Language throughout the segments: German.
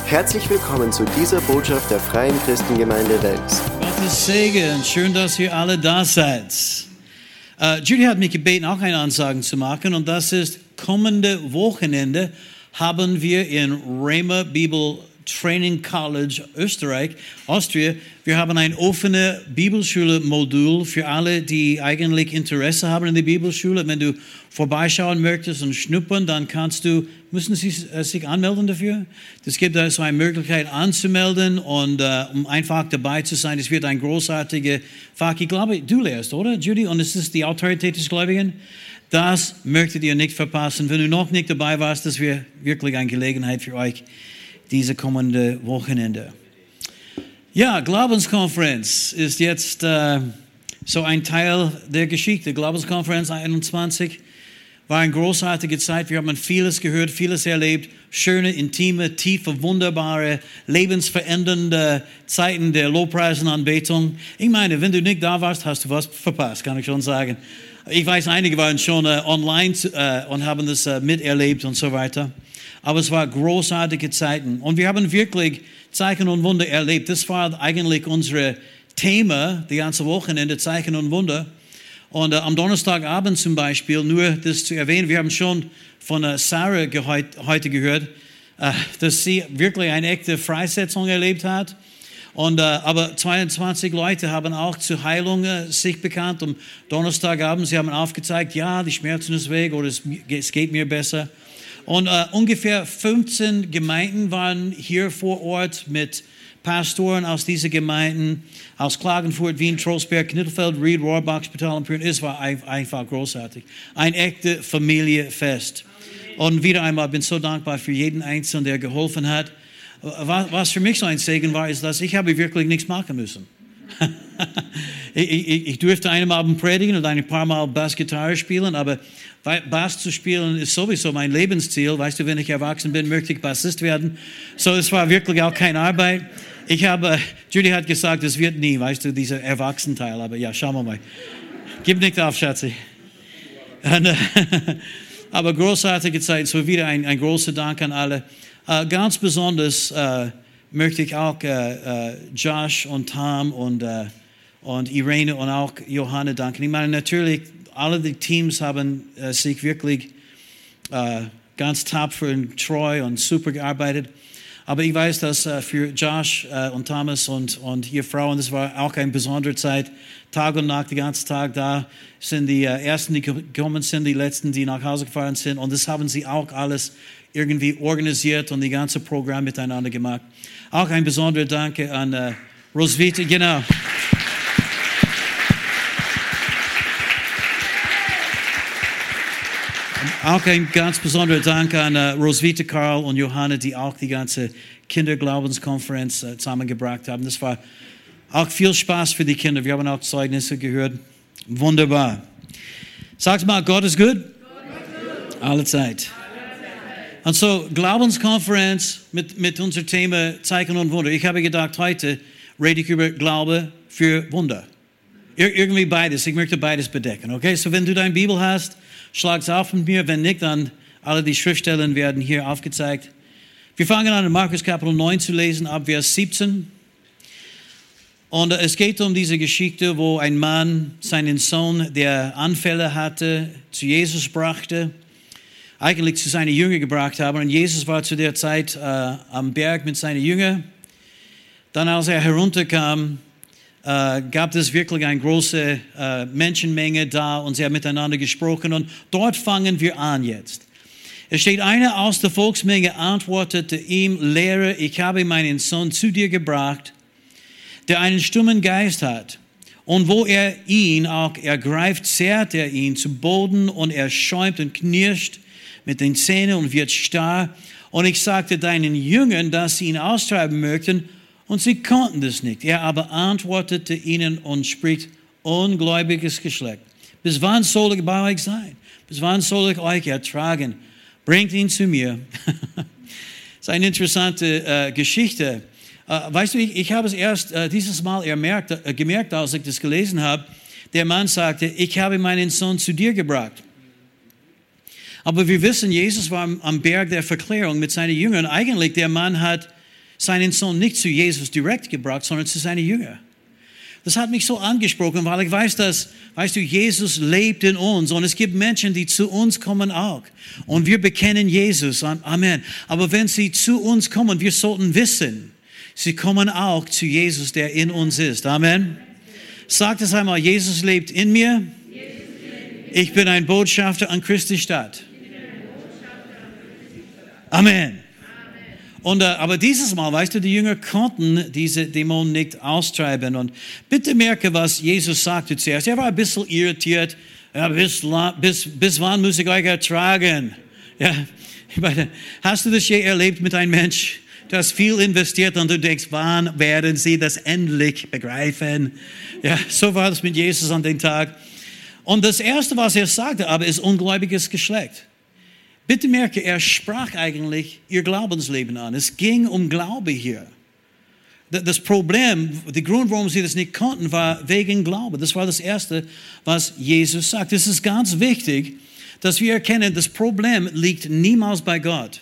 Herzlich willkommen zu dieser Botschaft der Freien Christengemeinde Wels. Gottes Segen, schön, dass ihr alle da seid. Judy hat mich gebeten, auch eine Ansage zu machen, und das ist, kommende Wochenende haben wir in Rhema Bible Training College Austria, wir haben ein offene Bibelschule-Modul für alle, die eigentlich Interesse haben in der Bibelschule. Wenn du vorbeischauen möchtest und schnuppern, dann müssen Sie sich anmelden dafür. Es gibt so eine Möglichkeit anzumelden und um einfach dabei zu sein. Es wird ein großartiger Fach. Ich glaube, du lehrst, oder, Judy? Und es ist die Autorität des Gläubigen. Das möchtet ihr nicht verpassen. Wenn du noch nicht dabei warst, das wäre wirklich eine Gelegenheit für euch, diese kommende Wochenende. Ja, Glaubenskonferenz ist jetzt so ein Teil der Geschichte. Glaubenskonferenz 21 war eine großartige Zeit. Wir haben vieles gehört, vieles erlebt. Schöne, intime, tiefe, wunderbare, lebensverändernde Zeiten der Lobpreis und Anbetung. Ich meine, wenn du nicht da warst, hast du was verpasst, kann ich schon sagen. Ich weiß, einige waren schon online und haben das miterlebt und so weiter. Aber es war großartige Zeiten. Und wir haben wirklich Zeichen und Wunder erlebt. Das war eigentlich unser Thema, die ganze Wochenende, Zeichen und Wunder. Und am Donnerstagabend zum Beispiel, nur das zu erwähnen, wir haben schon von Sarah heute gehört, dass sie wirklich eine echte Freisetzung erlebt hat. Und, aber 22 Leute haben auch zur Heilung sich bekannt. Am Donnerstagabend, sie haben aufgezeigt, ja, die Schmerzen ist weg oder es geht mir besser. Und ungefähr 15 Gemeinden waren hier vor Ort mit Pastoren aus diesen Gemeinden, aus Klagenfurt, Wien, Trostberg, Knittelfeld, Ried, Rohrbach, Spital und Pürn. Es war einfach großartig. Ein echtes Familienfest. Und wieder einmal bin ich so dankbar für jeden Einzelnen, der geholfen hat. Was für mich so ein Segen war, ist, dass ich habe wirklich nichts machen müssen. Ich durfte einen Abend predigen und ein paar Mal Bassgitarre spielen, aber Bass zu spielen ist sowieso mein Lebensziel. Weißt du, wenn ich erwachsen bin, möchte ich Bassist werden. So, es war wirklich auch keine Arbeit. Judy hat gesagt, es wird nie, weißt du, dieser Erwachsenenteil. Aber ja, schauen wir mal. Gib nicht auf, Schatzi. Aber großartige Zeit. So wieder ein großer Dank an alle. Ganz besonders möchte ich auch Josh und Tom und Irene und auch Johanna danken. Ich meine, natürlich, alle die Teams haben sich wirklich ganz tapfer und treu und super gearbeitet. Aber ich weiß, dass für Josh und Thomas und ihre Frauen, das war auch eine besondere Zeit. Tag und Nacht, den ganzen Tag da sind die Ersten, die gekommen sind, die Letzten, die nach Hause gefahren sind. Und das haben sie auch alles irgendwie organisiert und die ganze Programm miteinander gemacht. Auch ein besonderer Danke an Roswitha, genau. Auch ein ganz besonderer Dank an Roswitha, Karl und Johanna, die auch die ganze Kinderglaubenskonferenz zusammengebracht haben. Das war auch viel Spaß für die Kinder. Wir haben auch Zeugnisse gehört. Wunderbar. Sag's mal, Gott ist gut? Alle Zeit. Und so, Glaubenskonferenz mit unserem Thema Zeichen und Wunder. Ich habe gedacht, heute rede ich über Glaube für Wunder. Irgendwie beides. Ich möchte beides bedecken. Okay, so wenn du deine Bibel hast, schlag's auf mit mir. Wenn nicht, dann alle die Schriftstellen werden hier aufgezeigt. Wir fangen an in Markus Kapitel 9 zu lesen, ab Vers 17. Und es geht um diese Geschichte, wo ein Mann seinen Sohn, der Anfälle hatte, zu Jesus brachte. Eigentlich zu seinen Jüngern gebracht haben. Und Jesus war zu der Zeit am Berg mit seinen Jüngern. Dann, als er herunterkam, gab es wirklich eine große Menschenmenge da und sie haben miteinander gesprochen. Und dort fangen wir an jetzt. Es steht, einer aus der Volksmenge antwortete ihm, Lehrer, ich habe meinen Sohn zu dir gebracht, der einen stummen Geist hat. Und wo er ihn auch ergreift, zerrt er ihn zu Boden und er schäumt und knirscht mit den Zähnen und wird starr. Und ich sagte deinen Jüngern, dass sie ihn austreiben möchten, und sie konnten das nicht. Er aber antwortete ihnen und spricht, ungläubiges Geschlecht. Bis wann soll ich bei euch sein? Bis wann soll ich euch ertragen? Bringt ihn zu mir. Das ist eine interessante Geschichte. Weißt du, ich habe es erst dieses Mal gemerkt, als ich das gelesen habe. Der Mann sagte, ich habe meinen Sohn zu dir gebracht. Aber wir wissen, Jesus war am Berg der Verklärung mit seinen Jüngern. Eigentlich, der Mann hat seinen Sohn nicht zu Jesus direkt gebracht, sondern zu seinen Jüngern. Das hat mich so angesprochen, weil ich weiß, dass, weißt du, Jesus lebt in uns und es gibt Menschen, die zu uns kommen auch. Und wir bekennen Jesus. Amen. Aber wenn sie zu uns kommen, wir sollten wissen, sie kommen auch zu Jesus, der in uns ist. Amen. Sagt es einmal, Jesus lebt in mir. Ich bin ein Botschafter an Christi Stadt. Amen. Und, aber dieses Mal, weißt du, die Jünger konnten diese Dämonen nicht austreiben. Und bitte merke, was Jesus sagte zuerst. Er war ein bisschen irritiert. Ja, bis wann muss ich euch ertragen? Ja, ich meine, hast du das je erlebt mit einem Mensch, das viel investiert und du denkst, wann werden sie das endlich begreifen? Ja, so war das mit Jesus an dem Tag. Und das Erste, was er sagte, aber ist ungläubiges Geschlecht. Bitte merke, er sprach eigentlich ihr Glaubensleben an. Es ging um Glaube hier. Das Problem, der Grund, warum sie das nicht konnten, war wegen Glaube. Das war das Erste, was Jesus sagt. Es ist ganz wichtig, dass wir erkennen, das Problem liegt niemals bei Gott.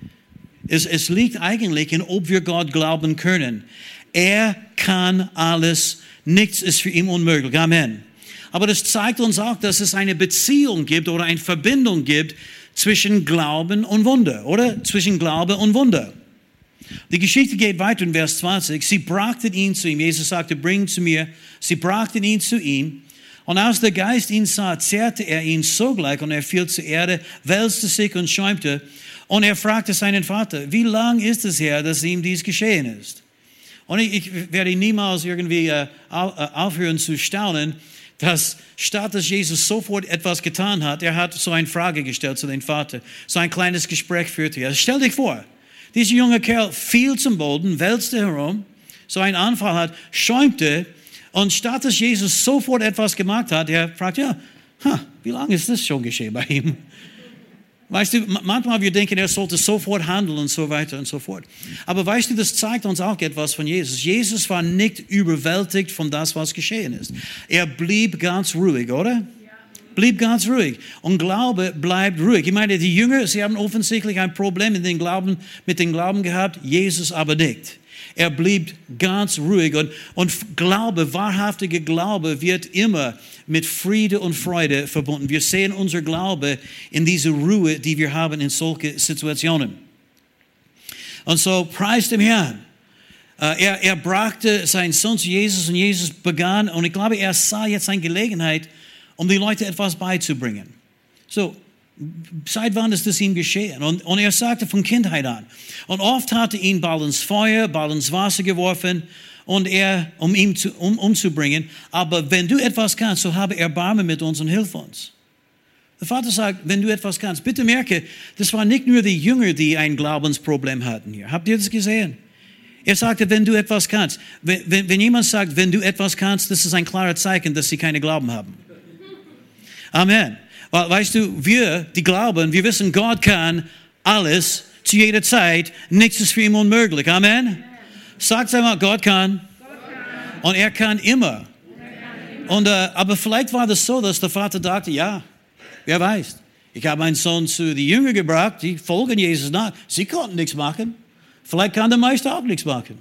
Es liegt eigentlich in, ob wir Gott glauben können. Er kann alles. Nichts ist für ihn unmöglich. Amen. Aber das zeigt uns auch, dass es eine Beziehung gibt oder eine Verbindung gibt zwischen Glauben und Wunder, oder? Zwischen Glaube und Wunder. Die Geschichte geht weiter in Vers 20. Sie brachten ihn zu ihm. Jesus sagte, bring ihn zu mir. Sie brachten ihn zu ihm. Und als der Geist ihn sah, zerrte er ihn sogleich und er fiel zur Erde, wälzte sich und schäumte. Und er fragte seinen Vater, wie lang ist es her, dass ihm dies geschehen ist? Und ich werde niemals irgendwie aufhören zu staunen, dass statt dass Jesus sofort etwas getan hat, er hat so eine Frage gestellt zu dem Vater, so ein kleines Gespräch führte er. Stell dich vor, dieser junge Kerl fiel zum Boden, wälzte herum, so einen Anfall hat, schäumte und statt dass Jesus sofort etwas gemacht hat, er fragt, ja, wie lange ist das schon geschehen bei ihm? Weißt du, manchmal wir denken, er sollte sofort handeln und so weiter und so fort. Aber weißt du, das zeigt uns auch etwas von Jesus. Jesus war nicht überwältigt von das, was geschehen ist. Er blieb ganz ruhig, oder? Ja. Blieb ganz ruhig. Und Glaube bleibt ruhig. Ich meine, die Jünger, sie haben offensichtlich ein Problem mit dem Glauben gehabt, Jesus aber nicht. Er blieb ganz ruhig und Glaube, wahrhaftiger Glaube wird immer mit Friede und Freude verbunden. Wir sehen unser Glaube in dieser Ruhe, die wir haben in solchen Situationen. Und so preist dem Herrn. Er brachte seinen Sohn zu Jesus und Jesus begann, und ich glaube, er sah jetzt eine Gelegenheit, um die Leute etwas beizubringen. So, seit wann ist das ihm geschehen? Und er sagte von Kindheit an. Und oft hatte ihn bald ins Feuer, bald ins Wasser geworfen, und um ihn umzubringen. Aber wenn du etwas kannst, so habe Erbarmen mit uns und hilf uns. Der Vater sagt, wenn du etwas kannst, bitte merke, das waren nicht nur die Jünger, die ein Glaubensproblem hatten hier. Habt ihr das gesehen? Er sagte, wenn du etwas kannst. Wenn jemand sagt, wenn du etwas kannst, das ist ein klares Zeichen, dass sie keine Glauben haben. Amen. Weil, weißt du, wir, die glauben, wir wissen, Gott kann alles zu jeder Zeit. Nichts ist für ihn unmöglich. Amen. Sagt einmal, Gott kann. Und er kann immer. Und, aber vielleicht war das so, dass der Vater dachte, ja, wer weiß. Ich habe meinen Sohn zu den Jüngern gebracht, die folgen Jesus nach. Sie konnten nichts machen. Vielleicht kann der Meister auch nichts machen.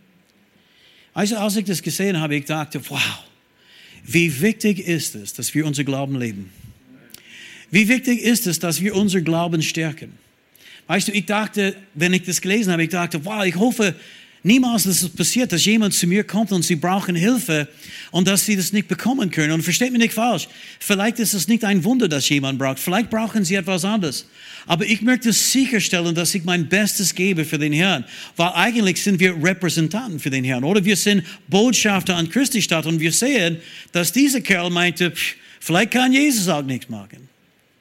Also, als ich das gesehen habe, ich dachte, wow, wie wichtig ist es, dass wir unser Glauben leben. Wie wichtig ist es, dass wir unser Glauben stärken. Weißt du, ich dachte, wenn ich das gelesen habe, ich dachte, wow, ich hoffe niemals, dass es passiert, dass jemand zu mir kommt und sie brauchen Hilfe und dass sie das nicht bekommen können. Und versteht mich nicht falsch, vielleicht ist es nicht ein Wunder, dass jemand braucht. Vielleicht brauchen sie etwas anderes. Aber ich möchte sicherstellen, dass ich mein Bestes gebe für den Herrn. Weil eigentlich sind wir Repräsentanten für den Herrn. Oder wir sind Botschafter an Christi Stadt und wir sehen, dass dieser Kerl meinte, vielleicht kann Jesus auch nichts machen.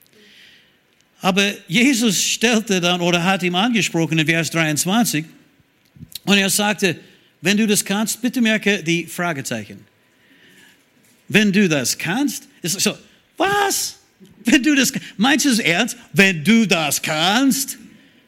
Aber Jesus stellte dann oder hat ihm angesprochen in Vers 23 und er sagte, wenn du das kannst, bitte merke die Fragezeichen. Wenn du das kannst, ist so, was? Wenn du das, meinst du es ernst? Wenn du das kannst?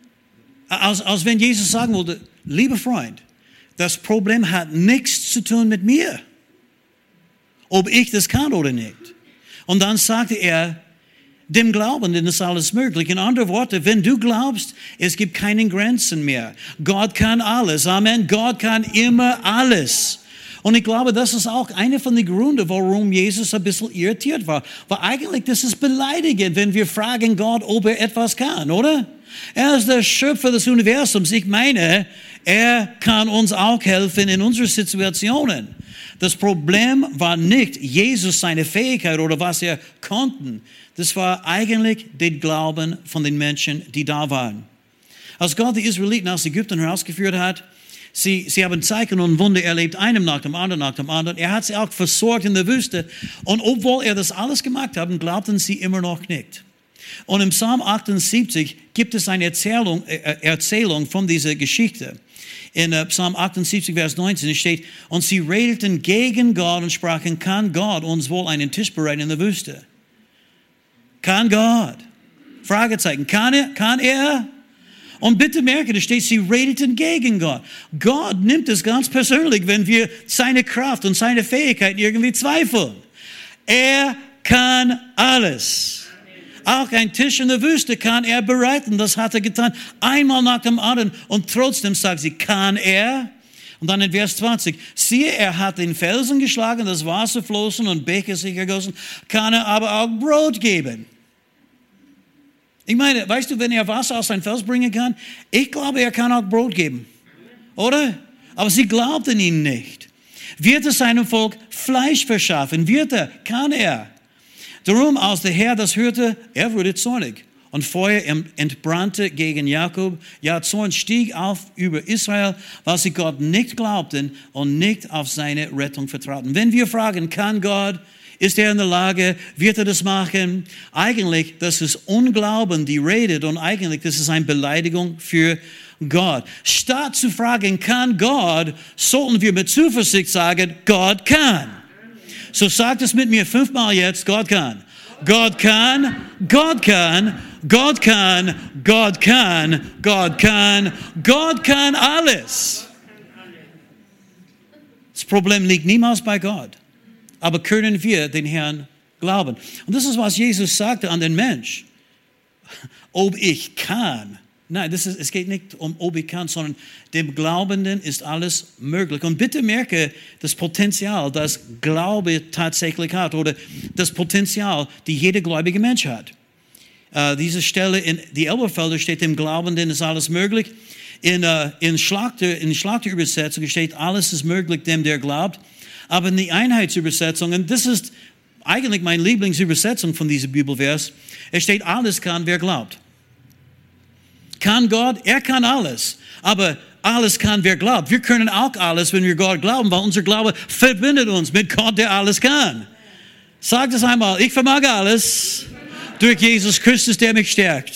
Als wenn Jesus sagen wollte, lieber Freund, das Problem hat nichts zu tun mit mir. Ob ich das kann oder nicht. Und dann sagte er, Dem Glaubenden ist alles möglich. In anderen Worten, wenn du glaubst, es gibt keine Grenzen mehr. Gott kann alles. Amen. Gott kann immer alles. Und ich glaube, das ist auch einer von den Gründen, warum Jesus ein bisschen irritiert war. Weil eigentlich, das ist beleidigend, wenn wir fragen Gott, ob er etwas kann, oder? Er ist der Schöpfer des Universums. Ich meine, er kann uns auch helfen in unseren Situationen. Das Problem war nicht Jesus, seine Fähigkeit oder was er konnte. Das war eigentlich der Glauben von den Menschen, die da waren. Als Gott die Israeliten aus Ägypten herausgeführt hat, sie haben Zeichen und Wunder erlebt, einem nach dem anderen, nach dem anderen. Er hat sie auch versorgt in der Wüste. Und obwohl er das alles gemacht hat, glaubten sie immer noch nicht. Und im Psalm 78 gibt es eine Erzählung von dieser Geschichte. In Psalm 78, Vers 19 steht, und sie redeten gegen Gott und sprachen, kann Gott uns wohl einen Tisch bereiten in der Wüste? Kann Gott? Fragezeichen. Kann er? Und bitte merke, da steht, sie redeten gegen Gott. Gott nimmt es ganz persönlich, wenn wir seine Kraft und seine Fähigkeiten irgendwie zweifeln. Er kann alles. Auch ein Tisch in der Wüste kann er bereiten. Das hat er getan. Einmal nach dem anderen. Und trotzdem sagt sie, kann er? Und dann in Vers 20. Siehe, er hat den Felsen geschlagen, das Wasser flossen und Becher sich ergossen. Kann er aber auch Brot geben? Ich meine, weißt du, wenn er Wasser aus seinem Fels bringen kann, ich glaube, er kann auch Brot geben. Oder? Aber sie glaubten ihn nicht. Wird er seinem Volk Fleisch verschaffen? Kann er? Darum, als der Herr das hörte, er wurde zornig. Und Feuer entbrannte gegen Jakob. Ja, Zorn stieg auf über Israel, weil sie Gott nicht glaubten und nicht auf seine Rettung vertrauten. Wenn wir fragen, kann Gott, ist er in der Lage, wird er das machen? Eigentlich, das ist Unglauben, die redet. Und eigentlich, das ist eine Beleidigung für Gott. Statt zu fragen, kann Gott, sollten wir mit Zuversicht sagen, Gott kann. So sagt es mit mir 5-mal jetzt, Gott kann. Gott kann, Gott kann, Gott kann, Gott kann, Gott kann, Gott kann alles. Das Problem liegt niemals bei Gott. Aber können wir den Herrn glauben? Und das ist, was Jesus sagte an den Mensch. Ob ich kann. Nein, es geht nicht um, ob ich kann, sondern dem Glaubenden ist alles möglich. Und bitte merke das Potenzial, das Glaube tatsächlich hat, oder das Potenzial, die jeder gläubige Mensch hat. Diese Stelle in die Elberfelder steht, dem Glaubenden ist alles möglich. In Schlachterübersetzung steht, alles ist möglich dem, der glaubt. Aber in die Einheitsübersetzung, und das ist eigentlich meine Lieblingsübersetzung von diesem Bibelvers, es steht, alles kann, wer glaubt. Kann Gott? Er kann alles. Aber alles kann, wer glaubt. Wir können auch alles, wenn wir Gott glauben, weil unser Glaube verbindet uns mit Gott, der alles kann. Sag das einmal. Ich vermag alles durch Jesus Christus, der mich stärkt.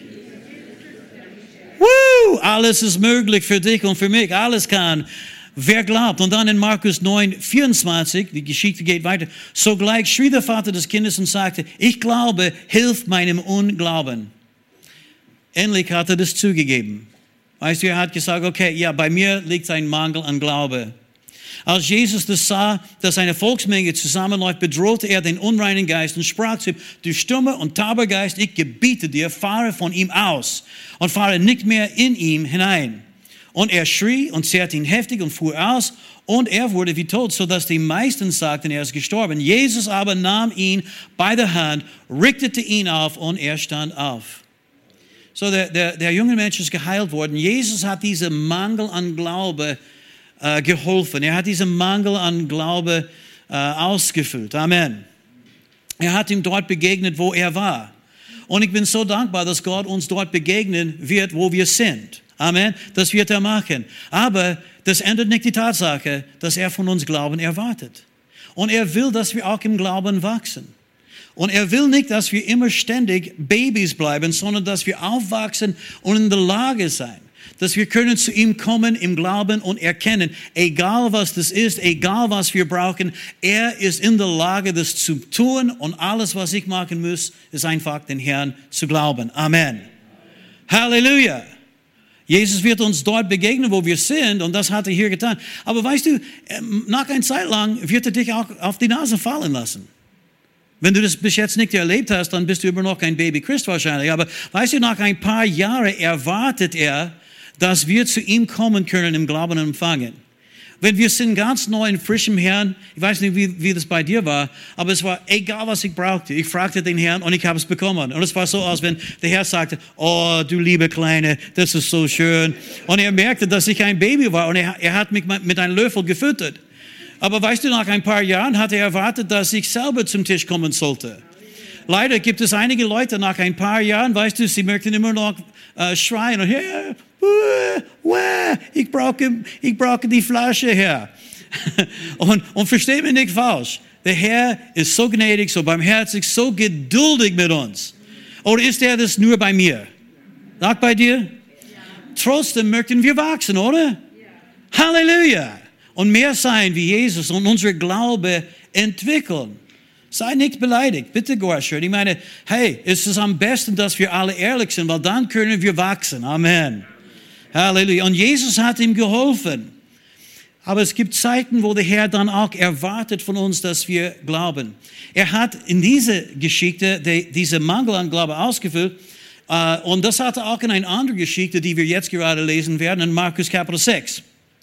Woo! Alles ist möglich für dich und für mich. Alles kann, wer glaubt. Und dann in Markus 9, 24, die Geschichte geht weiter. Sogleich schrie der Vater des Kindes und sagte, ich glaube, hilf meinem Unglauben. Endlich hat er das zugegeben. Weißt du, er hat gesagt, okay, ja, bei mir liegt ein Mangel an Glaube. Als Jesus das sah, dass eine Volksmenge zusammenläuft, bedrohte er den unreinen Geist und sprach zu ihm, du stummer und taber Geist, ich gebiete dir, fahre von ihm aus und fahre nicht mehr in ihm hinein. Und er schrie und zerrte ihn heftig und fuhr aus und er wurde wie tot, sodass die meisten sagten, er ist gestorben. Jesus aber nahm ihn bei der Hand, richtete ihn auf und er stand auf. So, der junge Mensch ist geheilt worden. Jesus hat diesen Mangel an Glaube geholfen. Er hat diesen Mangel an Glaube ausgefüllt. Amen. Er hat ihm dort begegnet, wo er war. Und ich bin so dankbar, dass Gott uns dort begegnen wird, wo wir sind. Amen. Das wird er machen. Aber das ändert nicht die Tatsache, dass er von uns Glauben erwartet. Und er will, dass wir auch im Glauben wachsen. Und er will nicht, dass wir immer ständig Babys bleiben, sondern dass wir aufwachsen und in der Lage sein, dass wir können zu ihm kommen im Glauben und erkennen, egal was das ist, egal was wir brauchen, er ist in der Lage, das zu tun und alles, was ich machen muss, ist einfach den Herrn zu glauben. Amen. Halleluja. Jesus wird uns dort begegnen, wo wir sind, und das hat er hier getan. Aber weißt du, nach einer Zeit lang wird er dich auch auf die Nase fallen lassen. Wenn du das bis jetzt nicht erlebt hast, dann bist du immer noch kein Baby-Christ wahrscheinlich. Aber weißt du, nach ein paar Jahren erwartet er, dass wir zu ihm kommen können im Glauben empfangen. Wenn wir sind ganz neu in frischem Herrn, ich weiß nicht, wie das bei dir war, aber es war egal, was ich brauchte. Ich fragte den Herrn und ich habe es bekommen. Und es war so, als wenn der Herr sagte, oh, du liebe Kleine, das ist so schön. Und er merkte, dass ich ein Baby war und er hat mich mit einem Löffel gefüttert. Aber weißt du, nach ein paar Jahren hat er erwartet, dass ich selber zum Tisch kommen sollte. Leider gibt es einige Leute nach ein paar Jahren, weißt du, sie möchten immer noch schreien und ich brauche die Flasche her. und versteht mich nicht falsch. Der Herr ist so gnädig, so barmherzig, so geduldig mit uns. Oder ist er das nur bei mir? Auch bei dir? Ja. Trotzdem möchten wir wachsen, oder? Ja. Halleluja! Und mehr sein wie Jesus und unser Glaube entwickeln. Sei nicht beleidigt, bitte Gorscher. Ich meine, hey, es ist am besten, dass wir alle ehrlich sind, weil dann können wir wachsen. Amen. Halleluja. Und Jesus hat ihm geholfen. Aber es gibt Zeiten, wo der Herr dann auch erwartet von uns, dass wir glauben. Er hat in dieser Geschichte diese Mangel an Glaube ausgefüllt. Und das hat er auch in einer anderen Geschichte, die wir jetzt gerade lesen werden, in Markus Kapitel 6.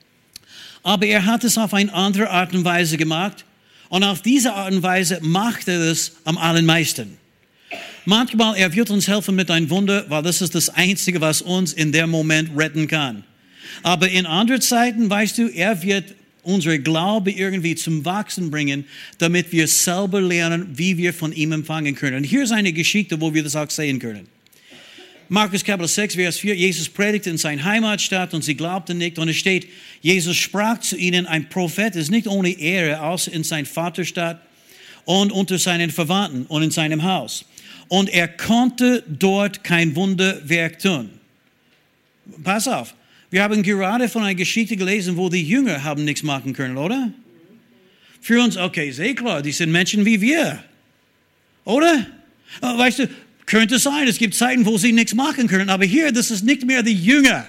Aber er hat es auf eine andere Art und Weise gemacht. Und auf diese Art und Weise macht er es am allermeisten. Manchmal, er wird uns helfen mit einem Wunder, weil das ist das Einzige, was uns in dem Moment retten kann. Aber in anderen Zeiten, weißt du, er wird unsere Glaube irgendwie zum Wachsen bringen, damit wir selber lernen, wie wir von ihm empfangen können. Und hier ist eine Geschichte, wo wir das auch sehen können. Markus Kapitel 6, Vers 4, Jesus predigte in seiner Heimatstadt und sie glaubten nicht. Und es steht, Jesus sprach zu ihnen, ein Prophet ist nicht ohne Ehre, außer in seiner Vaterstadt und unter seinen Verwandten und in seinem Haus. Und er konnte dort kein Wunderwerk tun. Pass auf, wir haben gerade von einer Geschichte gelesen, wo die Jünger haben nichts machen können, oder? Für uns, okay, sehr klar, die sind Menschen wie wir. Oder? Weißt du, könnte sein, es gibt Zeiten, wo sie nichts machen können. Aber hier, das ist nicht mehr die Jünger.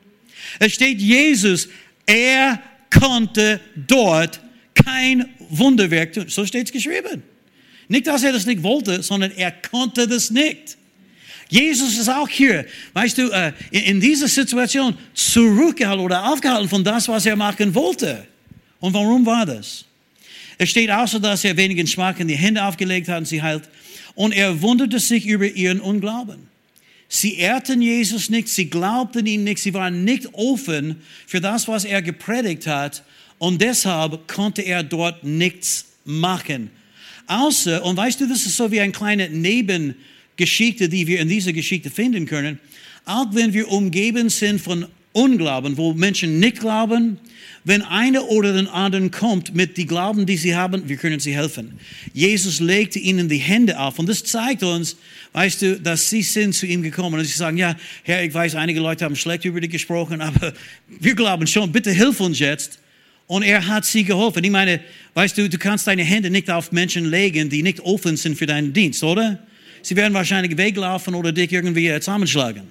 Es steht Jesus, er konnte dort kein Wunderwerk tun. So steht es geschrieben. Nicht, dass er das nicht wollte, sondern er konnte das nicht. Jesus ist auch hier, weißt du, in dieser Situation zurückgehalten oder aufgehalten von das, was er machen wollte. Und warum war das? Es steht auch so, dass er wenigen Schwachen die Hände aufgelegt hat und sie heilt. Und er wunderte sich über ihren Unglauben. Sie ehrten Jesus nicht, sie glaubten ihm nicht, sie waren nicht offen für das, was er gepredigt hat. Und deshalb konnte er dort nichts machen. Außer, und weißt du, das ist so wie eine kleine Nebengeschichte, die wir in dieser Geschichte finden können. Auch wenn wir umgeben sind von Unglauben, wo Menschen nicht glauben, wenn einer oder den anderen kommt mit den Glauben, die sie haben, wir können sie helfen. Jesus legte ihnen die Hände auf und das zeigt uns, weißt du, dass sie sind zu ihm gekommen und sie sagen, ja, Herr, ich weiß, einige Leute haben schlecht über dich gesprochen, aber wir glauben schon, bitte hilf uns jetzt. Und er hat sie geholfen. Ich meine, weißt du, du kannst deine Hände nicht auf Menschen legen, die nicht offen sind für deinen Dienst, oder? Sie werden wahrscheinlich weglaufen oder dich irgendwie zusammenschlagen.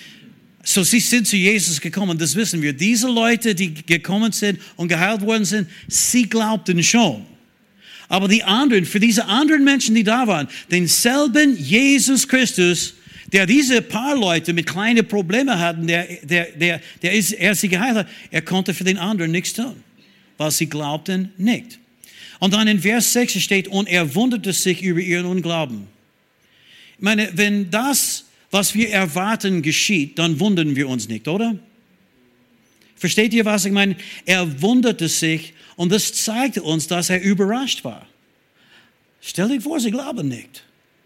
So, sie sind zu Jesus gekommen, das wissen wir. Diese Leute, die gekommen sind und geheilt worden sind, sie glaubten schon. Aber die anderen, für diese anderen Menschen, die da waren, denselben Jesus Christus, der diese paar Leute mit kleinen Problemen hatten, er sie geheilt hat, er konnte für den anderen nichts tun, weil sie glaubten nicht. Und dann in Vers 6 steht, und er wunderte sich über ihren Unglauben. Ich meine, wenn das, was wir erwarten, geschieht, dann wundern wir uns nicht, oder? Versteht ihr, was ich meine? Er wunderte sich und das zeigte uns, dass er überrascht war. Stell dir vor, sie glauben nicht.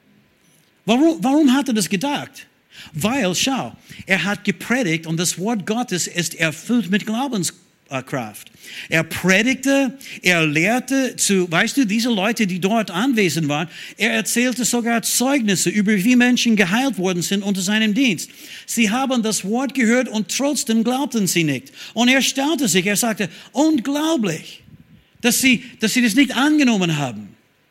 Warum hat er das gedacht? Weil, schau, er hat gepredigt und das Wort Gottes ist erfüllt mit Glaubenskraft. Er predigte, er lehrte zu, weißt du, diese Leute, die dort anwesend waren, er erzählte sogar Zeugnisse über wie Menschen geheilt worden sind unter seinem Dienst. Sie haben das Wort gehört und trotzdem glaubten sie nicht. Und er staunte sich, er sagte, unglaublich, dass sie das nicht angenommen haben.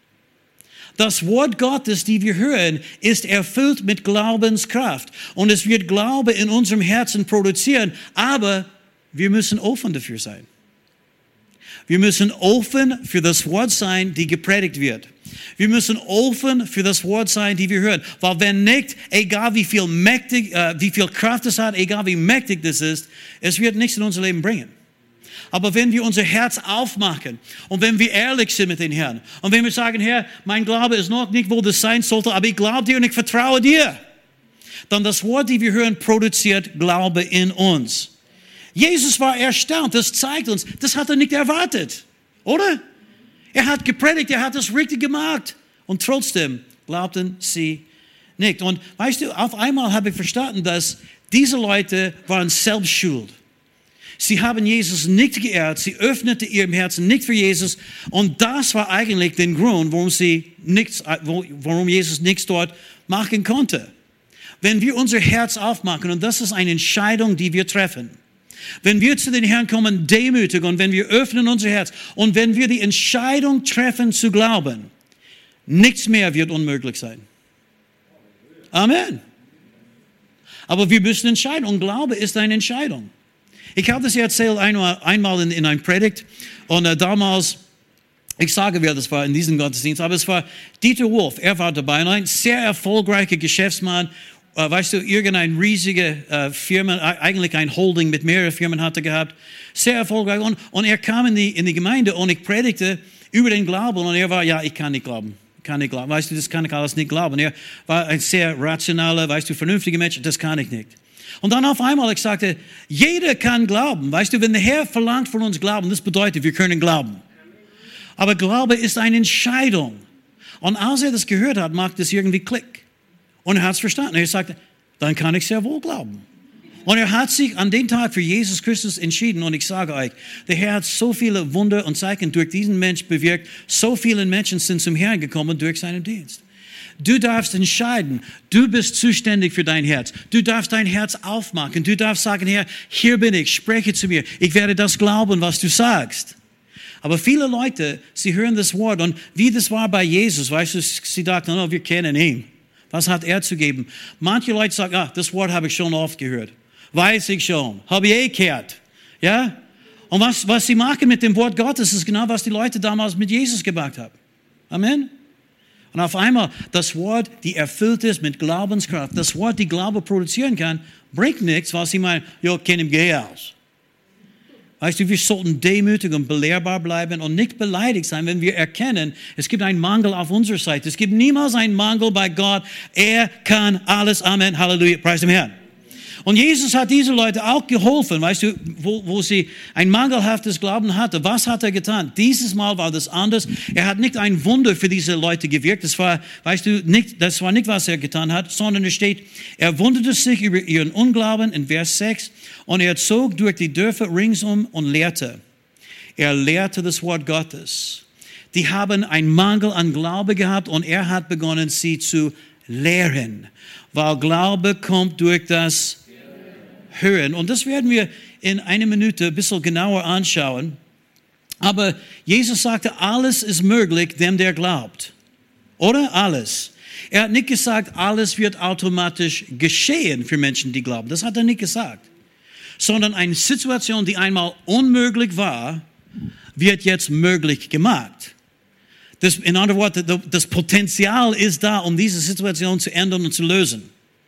Das Wort Gottes, die wir hören, ist erfüllt mit Glaubenskraft. Und es wird Glaube in unserem Herzen produzieren, aber wir müssen offen dafür sein. Wir müssen offen für das Wort sein, die gepredigt wird. Wir müssen offen für das Wort sein, die wir hören. Weil wenn nicht, egal wie viel Kraft es hat, egal wie mächtig das ist, es wird nichts in unser Leben bringen. Aber wenn wir unser Herz aufmachen und wenn wir ehrlich sind mit dem Herrn und wenn wir sagen, Herr, mein Glaube ist noch nicht, wo das sein sollte, aber ich glaube dir und ich vertraue dir, dann das Wort, die wir hören, produziert Glaube in uns. Jesus war erstaunt, das zeigt uns, das hat er nicht erwartet, oder? Er hat gepredigt, er hat das richtig gemacht und trotzdem glaubten sie nicht. Und weißt du, auf einmal habe ich verstanden, dass diese Leute waren selbst schuld. Sie haben Jesus nicht geehrt, sie öffneten ihrem Herzen nicht für Jesus und das war eigentlich der Grund, warum Jesus nichts dort machen konnte. Wenn wir unser Herz aufmachen, und das ist eine Entscheidung, die wir treffen, wenn wir zu den Herrn kommen, demütig und wenn wir öffnen unser Herz und wenn wir die Entscheidung treffen zu glauben, nichts mehr wird unmöglich sein. Amen. Aber wir müssen entscheiden und Glaube ist eine Entscheidung. Ich habe das erzählt einmal in einer Predigt und damals, ich sage, wer das war in diesem Gottesdienst, aber es war Dieter Wolf. Er war dabei, ein sehr erfolgreicher Geschäftsmann. Weißt du, irgendeine riesige Firma, eigentlich ein Holding mit mehreren Firmen hatte gehabt. Sehr erfolgreich. Und er kam in die Gemeinde und ich predigte über den Glauben und er war, ja, ich kann nicht glauben. Weißt du, das kann ich alles nicht glauben. Er war ein sehr rationaler, weißt du, vernünftiger Mensch, das kann ich nicht. Und dann auf einmal, ich sagte, jeder kann glauben. Weißt du, wenn der Herr verlangt von uns Glauben, das bedeutet, wir können glauben. Aber Glaube ist eine Entscheidung. Und als er das gehört hat, macht es irgendwie Klick. Und er hat es verstanden. Er sagte, dann kann ich sehr wohl glauben. Und er hat sich an den Tag für Jesus Christus entschieden. Und ich sage euch, der Herr hat so viele Wunder und Zeichen durch diesen Mensch bewirkt. So viele Menschen sind zum Herrn gekommen durch seinen Dienst. Du darfst entscheiden. Du bist zuständig für dein Herz. Du darfst dein Herz aufmachen. Du darfst sagen, Herr, hier bin ich, spreche zu mir. Ich werde das glauben, was du sagst. Aber viele Leute, sie hören das Wort. Und wie das war bei Jesus, weißt du, sie dachten, oh, wir kennen ihn. Was hat er zu geben? Manche Leute sagen, das Wort habe ich schon oft gehört. Weiß ich schon. Habe ich gehört. Ja? Und was sie machen mit dem Wort Gottes, ist genau, was die Leute damals mit Jesus gemacht haben. Amen? Und auf einmal, das Wort, die erfüllt ist mit Glaubenskraft, das Wort, die Glaube produzieren kann, bringt nichts, was sie meinen, ja, kenn ihm, geh aus. Weißt du, wir sollten demütig und belehrbar bleiben und nicht beleidigt sein, wenn wir erkennen, es gibt einen Mangel auf unserer Seite. Es gibt niemals einen Mangel bei Gott. Er kann alles. Amen. Halleluja. Preis dem Herrn. Und Jesus hat diese Leute auch geholfen, weißt du, wo sie ein mangelhaftes Glauben hatten. Was hat er getan? Dieses Mal war das anders. Er hat nicht ein Wunder für diese Leute gewirkt. Das war, weißt du, das war nicht, was er getan hat, sondern es steht, er wunderte sich über ihren Unglauben in Vers 6 und er zog durch die Dörfer ringsum und lehrte. Er lehrte das Wort Gottes. Die haben einen Mangel an Glaube gehabt und er hat begonnen, sie zu lehren. Weil Glaube kommt durch das Hören. Und das werden wir in einer Minute ein bisschen genauer anschauen. Aber Jesus sagte, alles ist möglich, dem der glaubt. Oder? Alles. Er hat nicht gesagt, alles wird automatisch geschehen für Menschen, die glauben. Das hat er nicht gesagt. Sondern eine Situation, die einmal unmöglich war, wird jetzt möglich gemacht. In anderen Worten, das Potenzial ist da, um diese Situation zu ändern und zu lösen.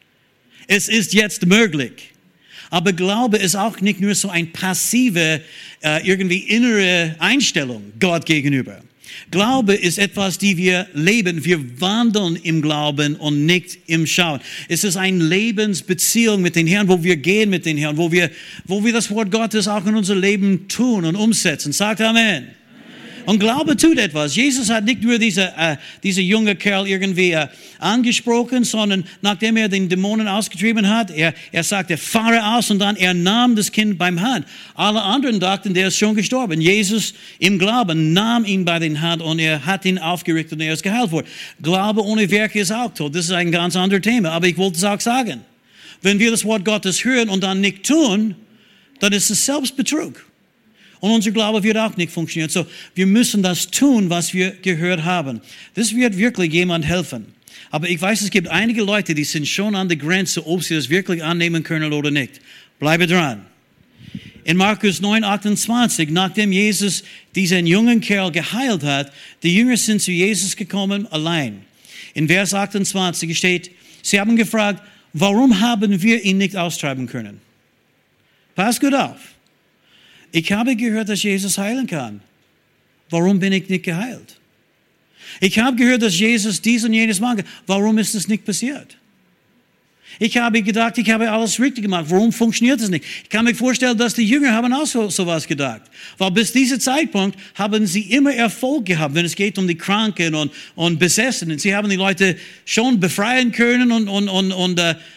Es ist jetzt möglich. Aber Glaube ist auch nicht nur so eine passive, irgendwie innere Einstellung Gott gegenüber. Glaube ist etwas, die wir leben. Wir wandeln im Glauben und nicht im Schauen. Es ist eine Lebensbeziehung mit dem Herrn, wo wir gehen mit dem Herrn, wo wir das Wort Gottes auch in unser Leben tun und umsetzen. Sagt Amen. Und Glaube tut etwas. Jesus hat nicht nur diese junge Kerl irgendwie angesprochen, sondern nachdem er den Dämonen ausgetrieben hat, er sagte, fahre aus und dann er nahm das Kind beim Hand. Alle anderen dachten, der ist schon gestorben. Jesus im Glauben nahm ihn bei den Hand und er hat ihn aufgerichtet und er ist geheilt worden. Glaube ohne Werke ist auch tot. Das ist ein ganz anderes Thema, aber ich wollte es auch sagen. Wenn wir das Wort Gottes hören und dann nicht tun, dann ist es Selbstbetrug. Und unser Glaube wird auch nicht funktionieren. So, wir müssen das tun, was wir gehört haben. Das wird wirklich jemand helfen. Aber ich weiß, es gibt einige Leute, die sind schon an der Grenze, ob sie das wirklich annehmen können oder nicht. Bleibe dran. In Markus 9, 28, nachdem Jesus diesen jungen Kerl geheilt hat, die Jünger sind zu Jesus gekommen, allein. In Vers 28 steht, sie haben gefragt, warum haben wir ihn nicht austreiben können? Pass gut auf. Ich habe gehört, dass Jesus heilen kann. Warum bin ich nicht geheilt? Ich habe gehört, dass Jesus dies und jenes machen kann. Warum ist das nicht passiert? Ich habe gedacht, ich habe alles richtig gemacht. Warum funktioniert das nicht? Ich kann mir vorstellen, dass die Jünger haben auch sowas gedacht. Weil bis diesem Zeitpunkt haben sie immer Erfolg gehabt, wenn es geht um die Kranken und Besessenen. Sie haben die Leute schon befreien können und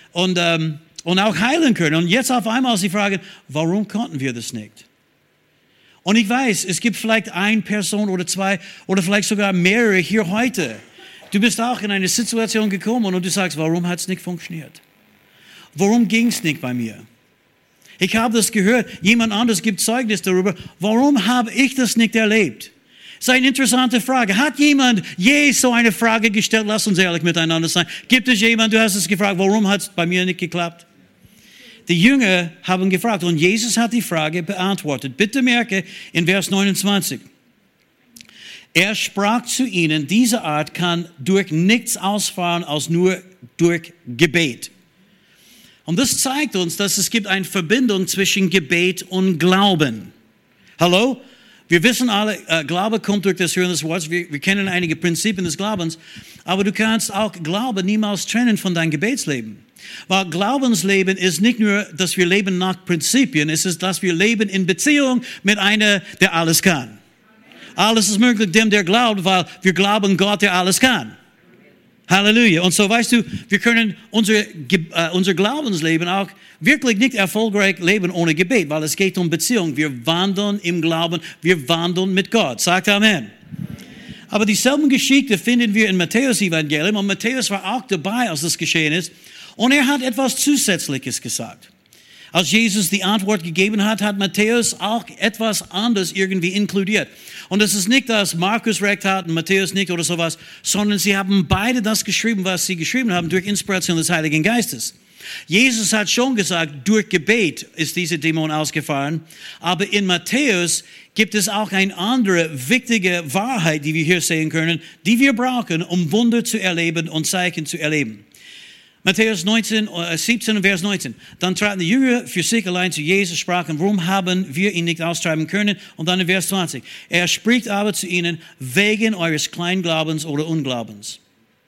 auch heilen können. Und jetzt auf einmal sie fragen, warum konnten wir das nicht? Und ich weiß, es gibt vielleicht eine Person oder zwei oder vielleicht sogar mehrere hier heute. Du bist auch in eine Situation gekommen und du sagst, warum hat es nicht funktioniert? Warum ging es nicht bei mir? Ich habe das gehört, jemand anderes gibt Zeugnis darüber. Warum habe ich das nicht erlebt? Das ist eine interessante Frage. Hat jemand je so eine Frage gestellt? Lass uns ehrlich miteinander sein. Gibt es jemanden, du hast es gefragt, warum hat es bei mir nicht geklappt? Die Jünger haben gefragt und Jesus hat die Frage beantwortet. Bitte merke in Vers 29. Er sprach zu ihnen, diese Art kann durch nichts ausfahren als nur durch Gebet. Und das zeigt uns, dass es gibt eine Verbindung zwischen Gebet und Glauben. Hallo? Wir wissen alle, Glaube kommt durch das Hören des Wortes. Wir kennen einige Prinzipien des Glaubens. Aber du kannst auch Glauben niemals trennen von deinem Gebetsleben. Weil Glaubensleben ist nicht nur, dass wir leben nach Prinzipien. Es ist, dass wir leben in Beziehung mit einer, der alles kann. Alles ist möglich dem, der glaubt, weil wir glauben Gott, der alles kann. Halleluja. Und so weißt du, wir können unser Glaubensleben auch wirklich nicht erfolgreich leben ohne Gebet, weil es geht um Beziehung. Wir wandeln im Glauben, wir wandeln mit Gott. Sagt Amen. Aber dieselben Geschichte finden wir in Matthäus Evangelium und Matthäus war auch dabei, als das geschehen ist. Und er hat etwas Zusätzliches gesagt. Als Jesus die Antwort gegeben hat, hat Matthäus auch etwas anderes irgendwie inkludiert. Und es ist nicht, dass Markus recht hat und Matthäus nicht oder sowas, sondern sie haben beide das geschrieben, was sie geschrieben haben, durch Inspiration des Heiligen Geistes. Jesus hat schon gesagt, durch Gebet ist diese Dämon ausgefahren. Aber in Matthäus gibt es auch eine andere wichtige Wahrheit, die wir hier sehen können, die wir brauchen, um Wunder zu erleben und Zeichen zu erleben. Matthäus 17, Vers 19. Dann traten die Jünger für sich allein zu Jesus, sprachen, warum haben wir ihn nicht austreiben können? Und dann in Vers 20. Er spricht aber zu ihnen, wegen eures Kleinglaubens oder Unglaubens.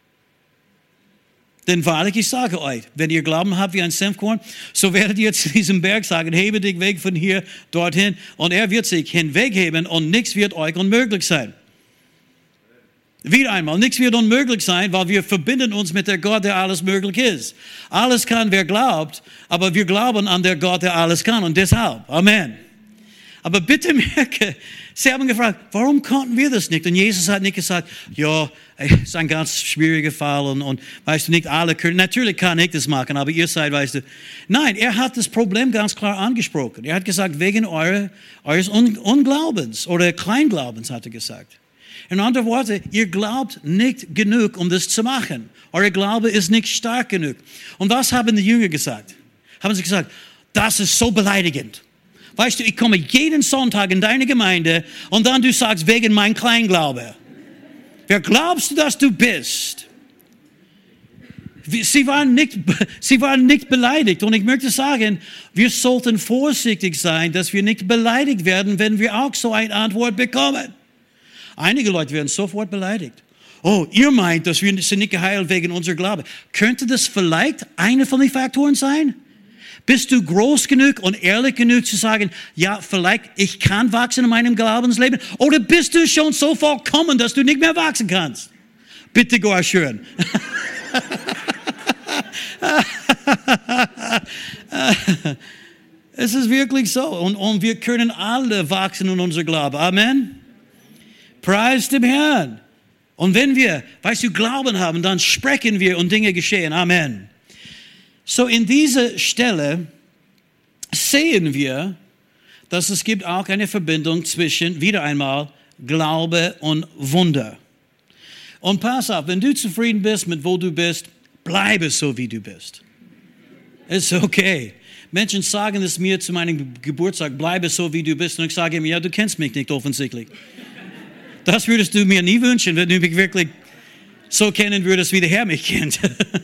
Denn wahrlich, ich sage euch, wenn ihr Glauben habt wie ein Senfkorn, so werdet ihr zu diesem Berg sagen, hebe dich weg von hier dorthin. Und er wird sich hinwegheben und nichts wird euch unmöglich sein. Wieder einmal, nichts wird unmöglich sein, weil wir verbinden uns mit der Gott, der alles möglich ist. Alles kann, wer glaubt, aber wir glauben an der Gott, der alles kann. Und deshalb, Amen. Aber bitte merke, sie haben gefragt, warum konnten wir das nicht? Und Jesus hat nicht gesagt, ja, es ist ein ganz schwieriger Fall und weißt du, nicht alle können. Natürlich kann ich das machen, aber ihr seid, weißt du. Nein, er hat das Problem ganz klar angesprochen. Er hat gesagt, wegen eures Unglaubens oder Kleinglaubens, hat er gesagt. In anderen Worten, ihr glaubt nicht genug, um das zu machen. Euer Glaube ist nicht stark genug. Und was haben die Jünger gesagt? Haben sie gesagt, das ist so beleidigend. Weißt du, ich komme jeden Sonntag in deine Gemeinde und dann du sagst, wegen mein Kleinglaube. Wer glaubst du, dass du bist? Sie waren nicht beleidigt. Und ich möchte sagen, wir sollten vorsichtig sein, dass wir nicht beleidigt werden, wenn wir auch so eine Antwort bekommen. Einige Leute werden sofort beleidigt. Oh, ihr meint, dass wir sind nicht geheilt wegen unserer Glaube. Könnte das vielleicht einer von den Faktoren sein? Bist du groß genug und ehrlich genug zu sagen, ja, vielleicht ich kann wachsen in meinem Glaubensleben? Oder bist du schon so vollkommen, dass du nicht mehr wachsen kannst? Bitte go schön. Es ist wirklich so. Und wir können alle wachsen in unser Glaube. Amen. Preis dem Herrn. Und wenn wir, weißt du, Glauben haben, dann sprechen wir und Dinge geschehen. Amen. So in dieser Stelle sehen wir, dass es gibt auch eine Verbindung zwischen, wieder einmal, Glaube und Wunder. Und pass auf, wenn du zufrieden bist mit wo du bist, bleibe so wie du bist. Ist okay. Menschen sagen es mir zu meinem Geburtstag, bleibe so, wie du bist. Und ich sage ihm, ja, du kennst mich nicht offensichtlich. Das würdest du mir nie wünschen, wenn du mich wirklich so kennen würdest, wie der Herr mich kennt.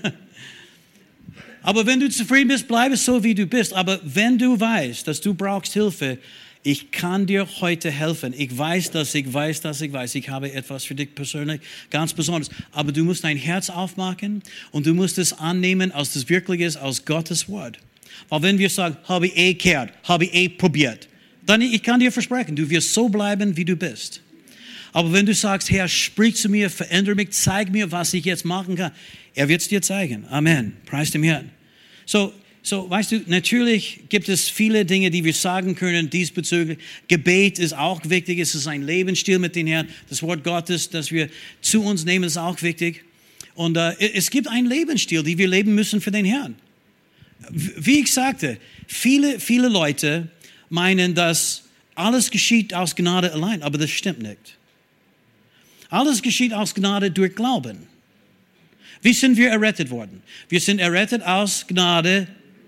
Aber wenn du zufrieden bist, bleibe so, wie du bist. Aber wenn du weißt, dass du brauchst Hilfe, ich kann dir heute helfen. Ich weiß. Ich habe etwas für dich persönlich, ganz Besonderes. Aber du musst dein Herz aufmachen und du musst es annehmen, als das wirklich ist, aus Gottes Wort. Weil wenn wir sagen, habe ich gehört, habe ich probiert, dann ich kann dir versprechen, du wirst so bleiben, wie du bist. Aber wenn du sagst, Herr, sprich zu mir, verändere mich, zeig mir, was ich jetzt machen kann, er wird es dir zeigen. Amen. Preis dem Herrn. So, weißt du, natürlich gibt es viele Dinge, die wir sagen können diesbezüglich. Gebet ist auch wichtig. Es ist ein Lebensstil mit dem Herrn. Das Wort Gottes, das wir zu uns nehmen, ist auch wichtig. Und es gibt einen Lebensstil, den wir leben müssen für den Herrn. Wie ich sagte, viele Leute meinen, dass alles geschieht aus Gnade allein, aber das stimmt nicht. Alles geschieht aus Gnade durch Glauben. Wie sind wir errettet worden? Wir sind errettet aus Gnade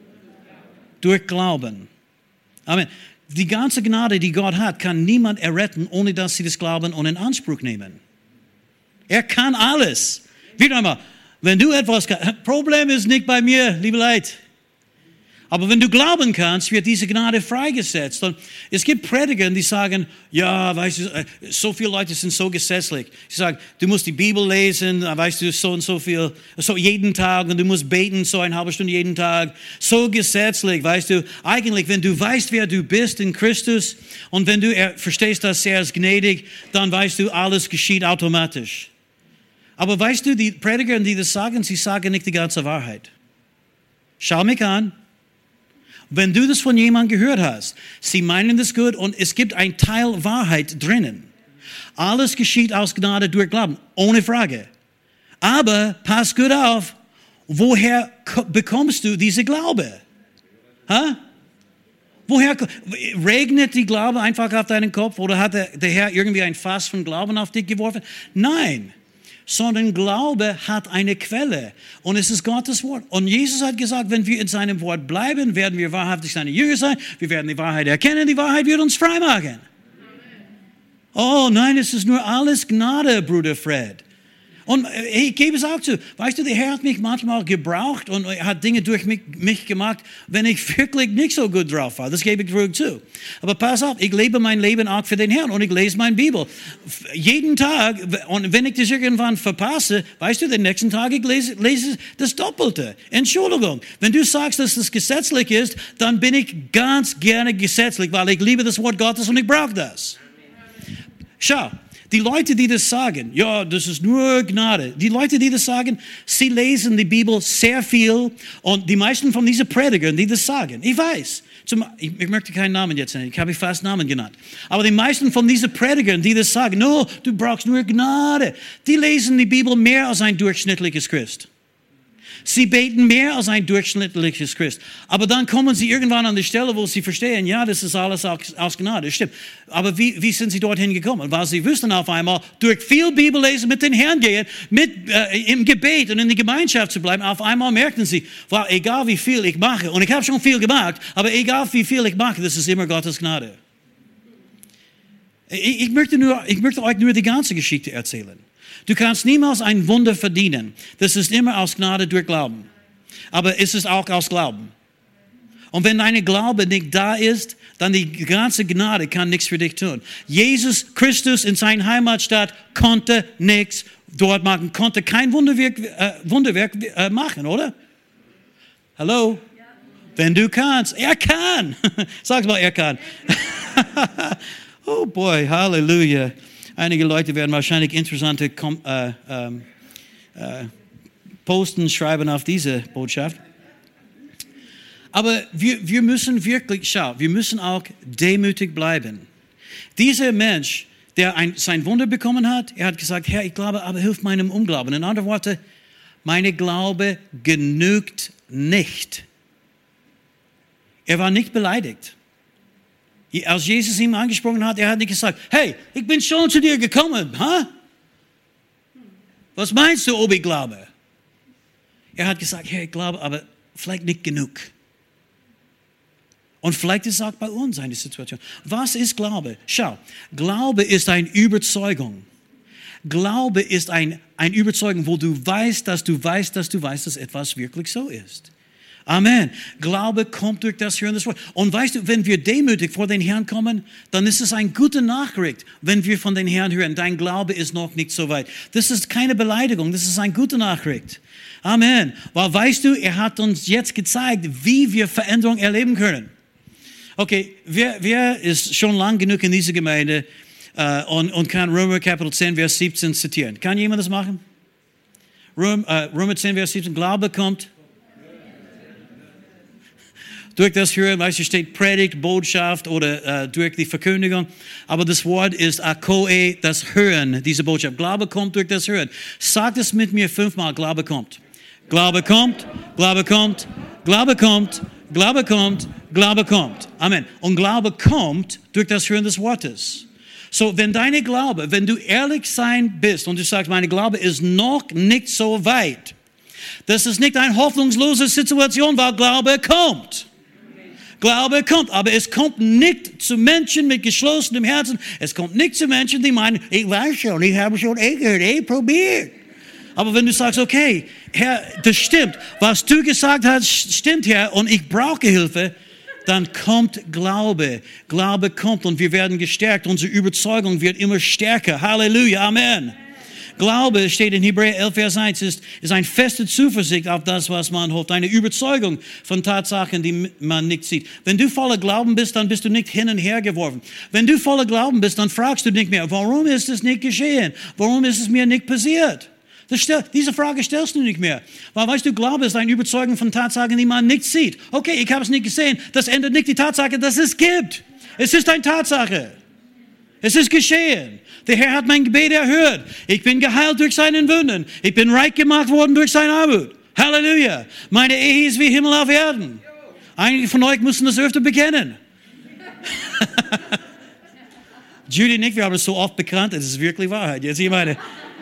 durch Glauben. Amen. Die ganze Gnade, die Gott hat, kann niemand erretten, ohne dass sie das Glauben in Anspruch nehmen. Er kann alles. Wieder einmal, wenn du etwas kannst, Problem ist nicht bei mir, liebe Leute. Aber wenn du glauben kannst, wird diese Gnade freigesetzt. Und es gibt Prediger, die sagen, ja, weißt du, so viele Leute sind so gesetzlich. Sie sagen, du musst die Bibel lesen, weißt du, so und so viel, so jeden Tag, und du musst beten, so eine halbe Stunde jeden Tag. So gesetzlich, weißt du. Eigentlich, wenn du weißt, wer du bist in Christus, und wenn du verstehst, dass er ist gnädig, dann weißt du, alles geschieht automatisch. Aber weißt du, die Prediger, die das sagen, sie sagen nicht die ganze Wahrheit. Schau mich an. Wenn du das von jemandem gehört hast, sie meinen das gut und es gibt ein Teil Wahrheit drinnen. Alles geschieht aus Gnade durch Glauben, ohne Frage. Aber pass gut auf, woher bekommst du diese Glaube? Ha? Woher regnet die Glaube einfach auf deinen Kopf oder hat der Herr irgendwie ein Fass von Glauben auf dich geworfen? Nein. Sondern Glaube hat eine Quelle und es ist Gottes Wort. Und Jesus hat gesagt, wenn wir in seinem Wort bleiben, werden wir wahrhaftig seine Jünger sein. Wir werden die Wahrheit erkennen, die Wahrheit wird uns frei machen. Oh nein, es ist nur alles Gnade, Bruder Fred. Und ich gebe es auch zu. Weißt du, der Herr hat mich manchmal gebraucht und er hat Dinge durch mich gemacht, wenn ich wirklich nicht so gut drauf war. Das gebe ich ruhig zu. Aber pass auf, ich lebe mein Leben auch für den Herrn und ich lese meine Bibel. Jeden Tag, und wenn ich das irgendwann verpasse, weißt du, den nächsten Tag, ich lese das Doppelte. Entschuldigung, wenn du sagst, dass das gesetzlich ist, dann bin ich ganz gerne gesetzlich, weil ich liebe das Wort Gottes und ich brauche das. Schau. Die Leute, die das sagen, ja, das ist nur Gnade. Die Leute, die das sagen, sie lesen die Bibel sehr viel und die meisten von diesen Predigern, die das sagen, ich weiß, ich möchte keinen Namen jetzt nennen, ich habe fast Namen genannt, aber die meisten von diesen Predigern, die das sagen, no, du brauchst nur Gnade, die lesen die Bibel mehr als ein durchschnittliches Christ. Sie beten mehr als ein durchschnittliches Christ. Aber dann kommen sie irgendwann an die Stelle, wo sie verstehen, ja, das ist alles aus Gnade. Stimmt. Aber wie sind sie dorthin gekommen? Weil sie wüssten auf einmal, durch viel Bibellesen mit den Herrn gehen, im Gebet und in der Gemeinschaft zu bleiben, auf einmal merken sie, well, egal wie viel ich mache, und ich habe schon viel gemacht, aber egal wie viel ich mache, das ist immer Gottes Gnade. Ich möchte euch nur die ganze Geschichte erzählen. Du kannst niemals ein Wunder verdienen. Das ist immer aus Gnade durch Glauben. Aber es ist auch aus Glauben. Und wenn dein Glaube nicht da ist, dann die ganze Gnade kann nichts für dich tun. Jesus Christus in seiner Heimatstadt konnte nichts dort machen, konnte kein Wunderwerk machen, oder? Hallo? Ja. Wenn du kannst. Er kann. Sag mal, er kann. Oh boy, Halleluja. Einige Leute werden wahrscheinlich interessante Posten schreiben auf diese Botschaft. Aber wir müssen wirklich schauen, wir müssen auch demütig bleiben. Dieser Mensch, der sein Wunder bekommen hat, er hat gesagt, Herr, ich glaube, aber hilf meinem Unglauben. In anderen Worten, meine Glaube genügt nicht. Er war nicht beleidigt. Als Jesus ihn angesprochen hat, er hat nicht gesagt, hey, ich bin schon zu dir gekommen. Huh? Was meinst du, ob ich glaube? Er hat gesagt, hey, ich glaube, aber vielleicht nicht genug. Und vielleicht ist es auch bei uns eine Situation. Was ist Glaube? Schau, Glaube ist eine Überzeugung. Glaube ist eine Überzeugung, wo du weißt, dass dass etwas wirklich so ist. Amen. Glaube kommt durch das Hören des Wortes. Und weißt du, wenn wir demütig vor den Herrn kommen, dann ist es eine gute Nachricht, wenn wir von den Herrn hören. Dein Glaube ist noch nicht so weit. Das ist keine Beleidigung, das ist eine gute Nachricht. Amen. Weil weißt du, er hat uns jetzt gezeigt, wie wir Veränderung erleben können. Okay, wer ist schon lang genug in dieser Gemeinde und kann Römer Kapitel 10, Vers 17 zitieren? Kann jemand das machen? Römer 10, Vers 17, Glaube kommt durch das Hören, weißt du, steht Predigt, Botschaft oder durch die Verkündigung. Aber das Wort ist akoe, das Hören, diese Botschaft. Glaube kommt durch das Hören. Sag das mit mir 5-mal, Glaube kommt. Glaube kommt, Glaube kommt, Glaube kommt, Glaube kommt, Glaube kommt. Amen. Und Glaube kommt durch das Hören des Wortes. So, wenn du ehrlich sein bist und du sagst, meine Glaube ist noch nicht so weit. Das ist nicht eine hoffnungslose Situation, weil Glaube kommt. Glaube kommt, aber es kommt nicht zu Menschen mit geschlossenem Herzen. Es kommt nicht zu Menschen, die meinen, ich weiß schon, ich habe schon gehört, probiert. Aber wenn du sagst, okay, Herr, das stimmt, was du gesagt hast, stimmt, Herr, und ich brauche Hilfe, dann kommt Glaube. Glaube kommt und wir werden gestärkt. Unsere Überzeugung wird immer stärker. Halleluja, Amen. Glaube, steht in Hebräer 11, Vers 1, ist eine feste Zuversicht auf das, was man hofft. Eine Überzeugung von Tatsachen, die man nicht sieht. Wenn du voller Glauben bist, dann bist du nicht hin und her geworfen. Wenn du voller Glauben bist, dann fragst du nicht mehr, warum ist es nicht geschehen? Warum ist es mir nicht passiert? Diese Frage stellst du nicht mehr. Weil, weißt du, Glaube ist eine Überzeugung von Tatsachen, die man nicht sieht. Okay, ich habe es nicht gesehen. Das ändert nicht die Tatsache, dass es gibt. Es ist eine Tatsache. Es ist geschehen. Der Herr hat mein Gebet erhört. Ich bin geheilt durch seinen Wunden. Ich bin reich gemacht worden durch seine Armut. Halleluja. Meine Ehe ist wie Himmel auf Erden. Einige von euch müssen das öfter bekennen. Judy und ich, wir haben es so oft bekannt, es ist wirklich Wahrheit. Jetzt ich meine.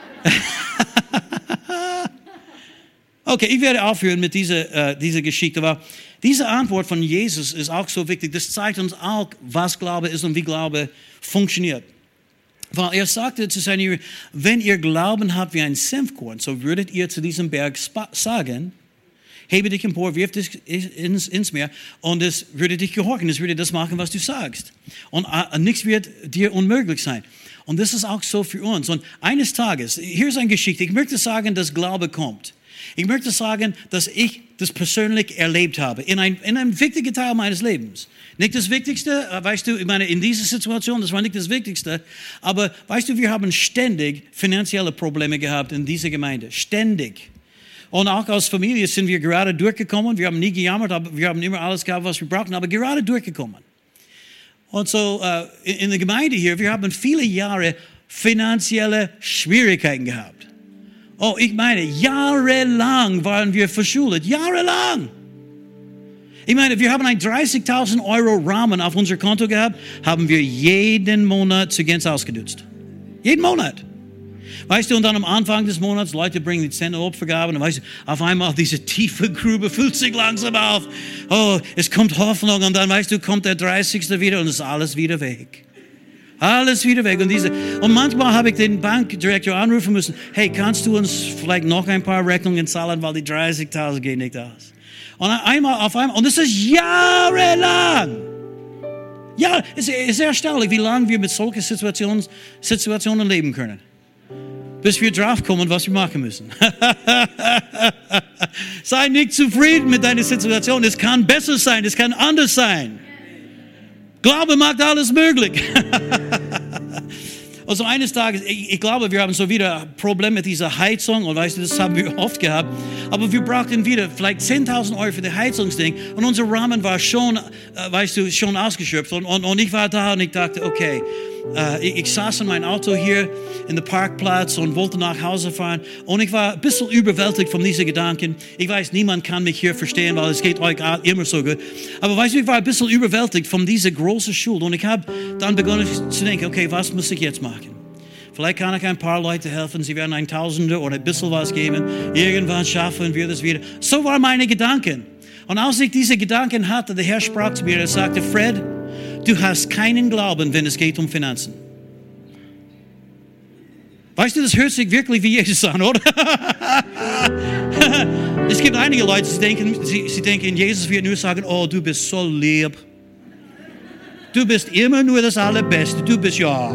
Okay, ich werde aufhören mit dieser Geschichte. Aber diese Antwort von Jesus ist auch so wichtig. Das zeigt uns auch, was Glaube ist und wie Glaube funktioniert. Weil er sagte zu seinen Jüngern, wenn ihr Glauben habt wie ein Senfkorn, so würdet ihr zu diesem Berg sagen, hebe dich empor, wirf dich ins Meer und es würde dich gehorchen, es würde das machen, was du sagst. Und nichts wird dir unmöglich sein. Und das ist auch so für uns. Und eines Tages, hier ist eine Geschichte, ich möchte sagen, dass Glaube kommt. Ich möchte sagen, dass ich das persönlich erlebt habe, in einem wichtigen Teil meines Lebens. Nicht das Wichtigste, weißt du, ich meine, in dieser Situation, das war nicht das Wichtigste, aber weißt du, wir haben ständig finanzielle Probleme gehabt in dieser Gemeinde, ständig. Und auch als Familie sind wir gerade durchgekommen, wir haben nie gejammert, aber wir haben immer alles gehabt, was wir brauchten, aber gerade durchgekommen. Und so in der Gemeinde hier, wir haben viele Jahre finanzielle Schwierigkeiten gehabt. Oh, ich meine, jahrelang waren wir verschuldet. Jahrelang. Ich meine, wir haben einen 30.000 Euro Rahmen auf unser Konto gehabt, haben wir jeden Monat zu Gänze ausgenutzt. Jeden Monat. Weißt du, und dann am Anfang des Monats, Leute bringen die 10 Opfergaben, und weißt du, auf einmal diese tiefe Grube füllt sich langsam auf. Oh, es kommt Hoffnung, und dann, weißt du, kommt der 30. wieder und ist alles wieder weg. Alles wieder weg. Und manchmal habe ich den Bankdirektor anrufen müssen, hey, kannst du uns vielleicht noch ein paar Rechnungen zahlen, weil die 30.000 gehen nicht aus. Und auf einmal, und das ist jahrelang. Ja, es ist erstaunlich, wie lange wir mit solchen Situationen leben können. Bis wir draufkommen, was wir machen müssen. Sei nicht zufrieden mit deiner Situation. Es kann besser sein, es kann anders sein. Glaube macht alles möglich. Also eines Tages, ich glaube, wir haben so wieder Probleme mit dieser Heizung und weißt du, das haben wir oft gehabt. Aber wir brauchten wieder vielleicht 10.000 Euro für das Heizungsding und unser Rahmen war schon, weißt du, schon ausgeschöpft. Und ich war da und ich dachte, okay, ich saß in meinem Auto hier in der Parkplatz und wollte nach Hause fahren und ich war ein bisschen überwältigt von diesen Gedanken. Ich weiß, niemand kann mich hier verstehen, weil es geht euch immer so gut. Aber weißt du, ich war ein bisschen überwältigt von dieser großen Schuld und ich habe dann begonnen zu denken, okay, was muss ich jetzt machen? Vielleicht kann ich ein paar Leute helfen, sie werden ein Tausender oder ein bisschen was geben. Irgendwann schaffen wir das wieder. So waren meine Gedanken. Und als ich diese Gedanken hatte, der Herr sprach zu mir, er sagte, Fred, du hast keinen Glauben, wenn es geht um Finanzen. Weißt du, das hört sich wirklich wie Jesus an, oder? Es gibt einige Leute, sie denken, Jesus wird nur sagen, oh, du bist so lieb. Du bist immer nur das Allerbeste. Du bist ja.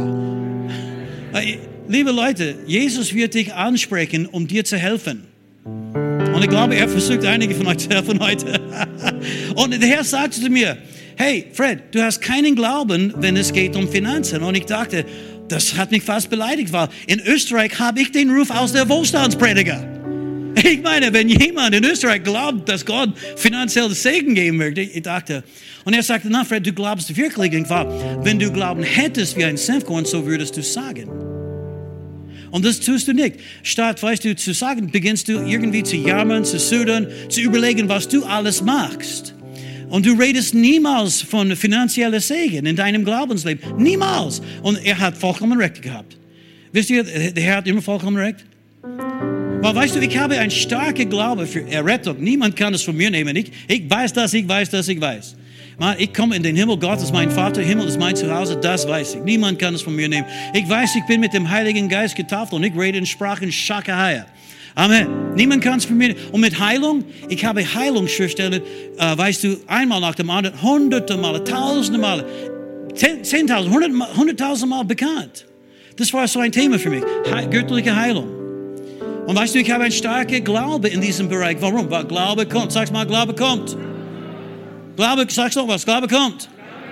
Liebe Leute, Jesus wird dich ansprechen, um dir zu helfen. Und ich glaube, er versucht einige von euch zu helfen heute. Und der Herr sagte zu mir, hey Fred, du hast keinen Glauben, wenn es geht um Finanzen. Und ich dachte, das hat mich fast beleidigt, weil in Österreich habe ich den Ruf aus der Wohlstandsprediger. Ich meine, wenn jemand in Österreich glaubt, dass Gott finanziell Segen geben möchte, ich dachte, und er sagte, na Fred, du glaubst wirklich, wenn du Glauben hättest wie ein Senfkorn, so würdest du sagen. Und das tust du nicht. Statt, weißt du, zu sagen, beginnst du irgendwie zu jammern, zu südern, zu überlegen, was du alles machst. Und du redest niemals von finanzieller Segen in deinem Glaubensleben. Niemals. Und er hat vollkommen recht gehabt. Wisst ihr, der Herr hat immer vollkommen recht. Weil, weißt du, ich habe einen starken Glaube für Errettung. Niemand kann es von mir nehmen. Ich weiß das, ich weiß das, ich weiß. Man, ich komme in den Himmel, Gott ist mein Vater, Himmel ist mein Zuhause, das weiß ich. Niemand kann es von mir nehmen. Ich weiß, ich bin mit dem Heiligen Geist getauft und ich rede in Sprachen Shakahaya. Amen. Niemand kann es von mir nehmen. Und mit Heilung, ich habe Heilungsschriftstellen, weißt du, einmal nach dem anderen, hunderte Male, tausende Male, 10.000, 100.000 Mal bekannt. Das war so ein Thema für mich, göttliche Heilung. Und weißt du, ich habe einen starken Glaube in diesem Bereich. Warum? Weil Glaube kommt. Sag's mal, Glaube kommt. Glaube, sag's noch was, Glaube kommt.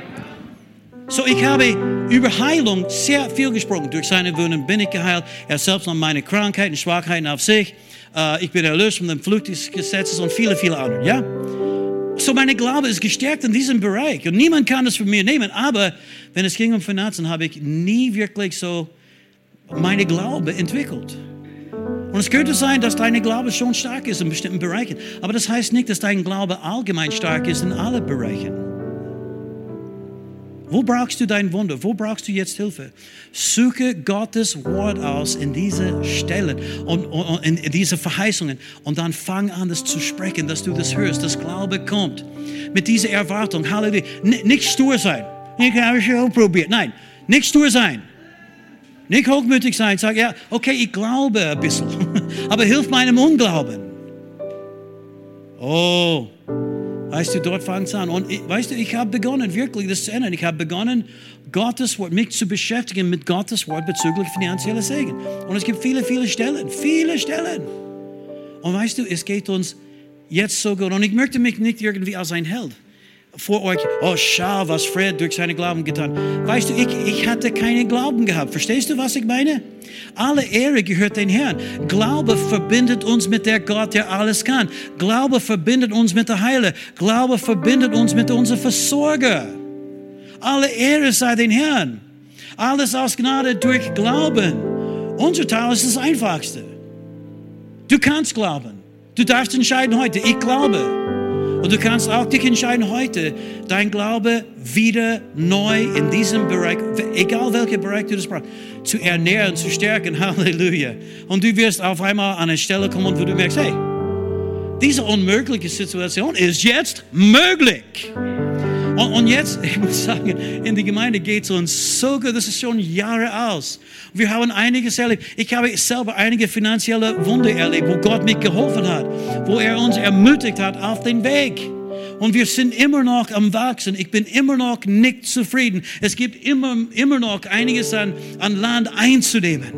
So, ich habe über Heilung sehr viel gesprochen. Durch seine Wunden bin ich geheilt. Er selbst nahm meine Krankheiten, Schwachheiten auf sich. Ich bin erlöst von dem Fluch des Gesetzes und viele, viele andere. Ja? So, meine Glaube ist gestärkt in diesem Bereich. Und niemand kann das von mir nehmen. Aber wenn es ging um Finanzen, habe ich nie wirklich so meine Glaube entwickelt. Und es könnte sein, dass dein Glaube schon stark ist in bestimmten Bereichen. Aber das heißt nicht, dass dein Glaube allgemein stark ist in allen Bereichen. Wo brauchst du dein Wunder? Wo brauchst du jetzt Hilfe? Suche Gottes Wort aus in diese Stellen und in diese Verheißungen. Und dann fang an, das zu sprechen, dass du das hörst, dass Glaube kommt. Mit dieser Erwartung, Halleluja. Nicht stur sein. Ich habe es schon probiert. Nein, nicht stur sein. Nicht hochmütig sein, sag, ja, okay, ich glaube ein bisschen, aber hilf meinem Unglauben. Oh, weißt du, dort fängt es an. Und weißt du, ich habe begonnen, wirklich das zu ändern. Ich habe begonnen, Gottes Wort, mich zu beschäftigen mit Gottes Wort bezüglich finanzieller Segen. Und es gibt viele, viele Stellen. Und weißt du, es geht uns jetzt so gut. Und ich möchte mich nicht irgendwie als ein Held vor euch, oh, schau, was Fred durch seinen Glauben getan. Weißt du, ich hatte keinen Glauben gehabt. Verstehst du, was ich meine? Alle Ehre gehört den Herrn. Glaube verbindet uns mit der Gott, der alles kann. Glaube verbindet uns mit der Heiler. Glaube verbindet uns mit unserem Versorger. Alle Ehre sei den Herrn. Alles aus Gnade durch Glauben. Unser Teil ist das Einfachste. Du kannst glauben. Du darfst entscheiden heute, ich glaube. Und du kannst auch dich entscheiden heute, dein Glaube wieder neu in diesem Bereich, egal welcher Bereich du das brauchst, zu ernähren, zu stärken. Halleluja. Und du wirst auf einmal an eine Stelle kommen, wo du merkst, hey, diese unmögliche Situation ist jetzt möglich. Und jetzt, ich muss sagen, in die Gemeinde geht es uns so gut, das ist schon Jahre aus. Wir haben einiges erlebt. Ich habe selber einige finanzielle Wunder erlebt, wo Gott mich geholfen hat, wo er uns ermutigt hat auf den Weg. Und wir sind immer noch am Wachsen. Ich bin immer noch nicht zufrieden. Es gibt immer noch einiges an Land einzunehmen.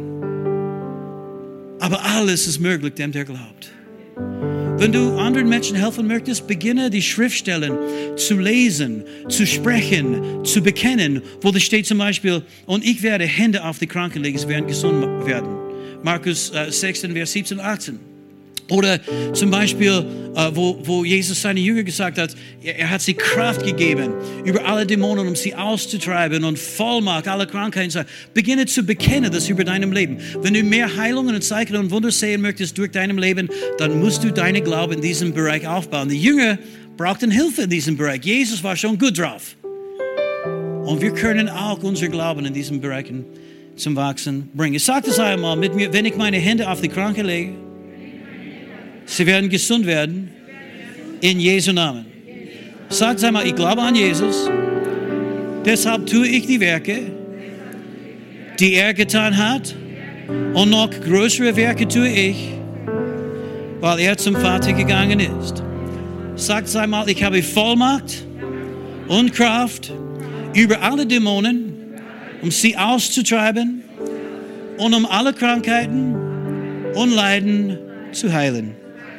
Aber alles ist möglich, dem der glaubt. Wenn du anderen Menschen helfen möchtest, beginne die Schriftstellen zu lesen, zu sprechen, zu bekennen, wo da steht zum Beispiel, und ich werde Hände auf die Kranken legen, sie werden gesund werden. Markus 6, Vers 17, 18. Oder zum Beispiel, wo Jesus seine Jünger gesagt hat, er hat sie Kraft gegeben über alle Dämonen, um sie auszutreiben und Vollmacht, alle Krankheiten zu haben. Beginne zu bekennen, das über deinem Leben. Wenn du mehr Heilungen und Zeichen und Wunder sehen möchtest durch deinem Leben, dann musst du deine Glaube in diesem Bereich aufbauen. Die Jünger brauchten Hilfe in diesem Bereich. Jesus war schon gut drauf. Und wir können auch unser Glauben in diesen Bereichen zum Wachsen bringen. Ich sage das einmal mit mir, wenn ich meine Hände auf die Kranken lege, sie werden gesund werden. In Jesu Namen. Sagt einmal, ich glaube an Jesus. Deshalb tue ich die Werke, die er getan hat. Und noch größere Werke tue ich, weil er zum Vater gegangen ist. Sagt einmal, ich habe Vollmacht und Kraft über alle Dämonen, um sie auszutreiben und um alle Krankheiten und Leiden zu heilen.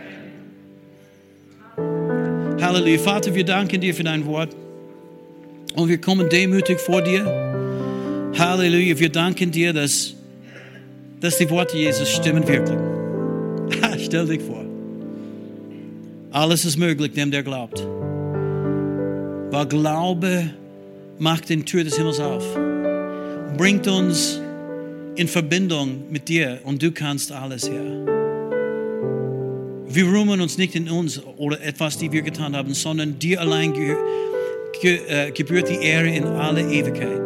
Halleluja. Vater, wir danken dir für dein Wort. Und wir kommen demütig vor dir. Halleluja. Wir danken dir, dass die Worte Jesus stimmen wirklich. Stell dich vor. Alles ist möglich, dem der glaubt. Weil Glaube macht den Tür des Himmels auf. Bringt uns in Verbindung mit dir und du kannst alles, Herr. Wir rühmen uns nicht in uns oder etwas, die wir getan haben, sondern dir allein gebührt die Ehre in alle Ewigkeit.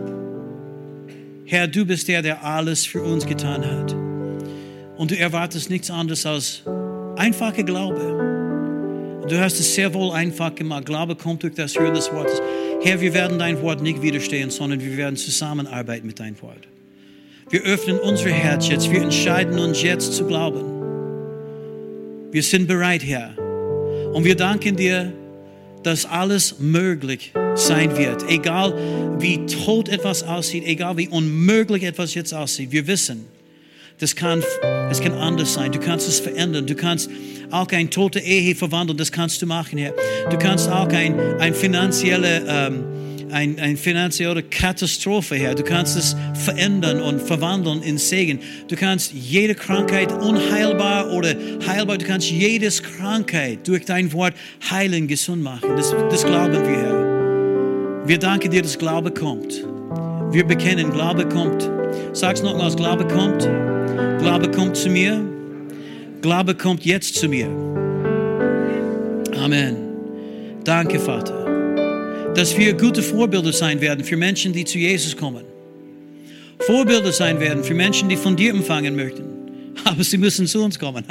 Herr, du bist der alles für uns getan hat. Und du erwartest nichts anderes als einfache Glaube. Du hast es sehr wohl einfach gemacht. Glaube kommt durch das Hören des Wortes. Herr, wir werden dein Wort nicht widerstehen, sondern wir werden zusammenarbeiten mit deinem Wort. Wir öffnen unser Herz jetzt. Wir entscheiden uns jetzt zu glauben. Wir sind bereit, Herr. Und wir danken dir, dass alles möglich sein wird. Egal wie tot etwas aussieht, egal wie unmöglich etwas jetzt aussieht. Wir wissen, es kann anders sein. Du kannst es verändern. Du kannst auch eine tote Ehe verwandeln. Das kannst du machen, Herr. Du kannst auch eine finanzielle Katastrophe, Herr. Du kannst es verändern und verwandeln in Segen. Du kannst jede Krankheit unheilbar oder heilbar, du kannst jede Krankheit durch dein Wort heilen, gesund machen. Das glauben wir, Herr. Wir danken dir, dass Glaube kommt. Wir bekennen, Glaube kommt. Sag's nochmals, Glaube kommt. Glaube kommt zu mir. Glaube kommt jetzt zu mir. Amen. Danke, Vater. Dass wir gute Vorbilder sein werden für Menschen, die zu Jesus kommen. Vorbilder sein werden für Menschen, die von dir empfangen möchten. Aber sie müssen zu uns kommen.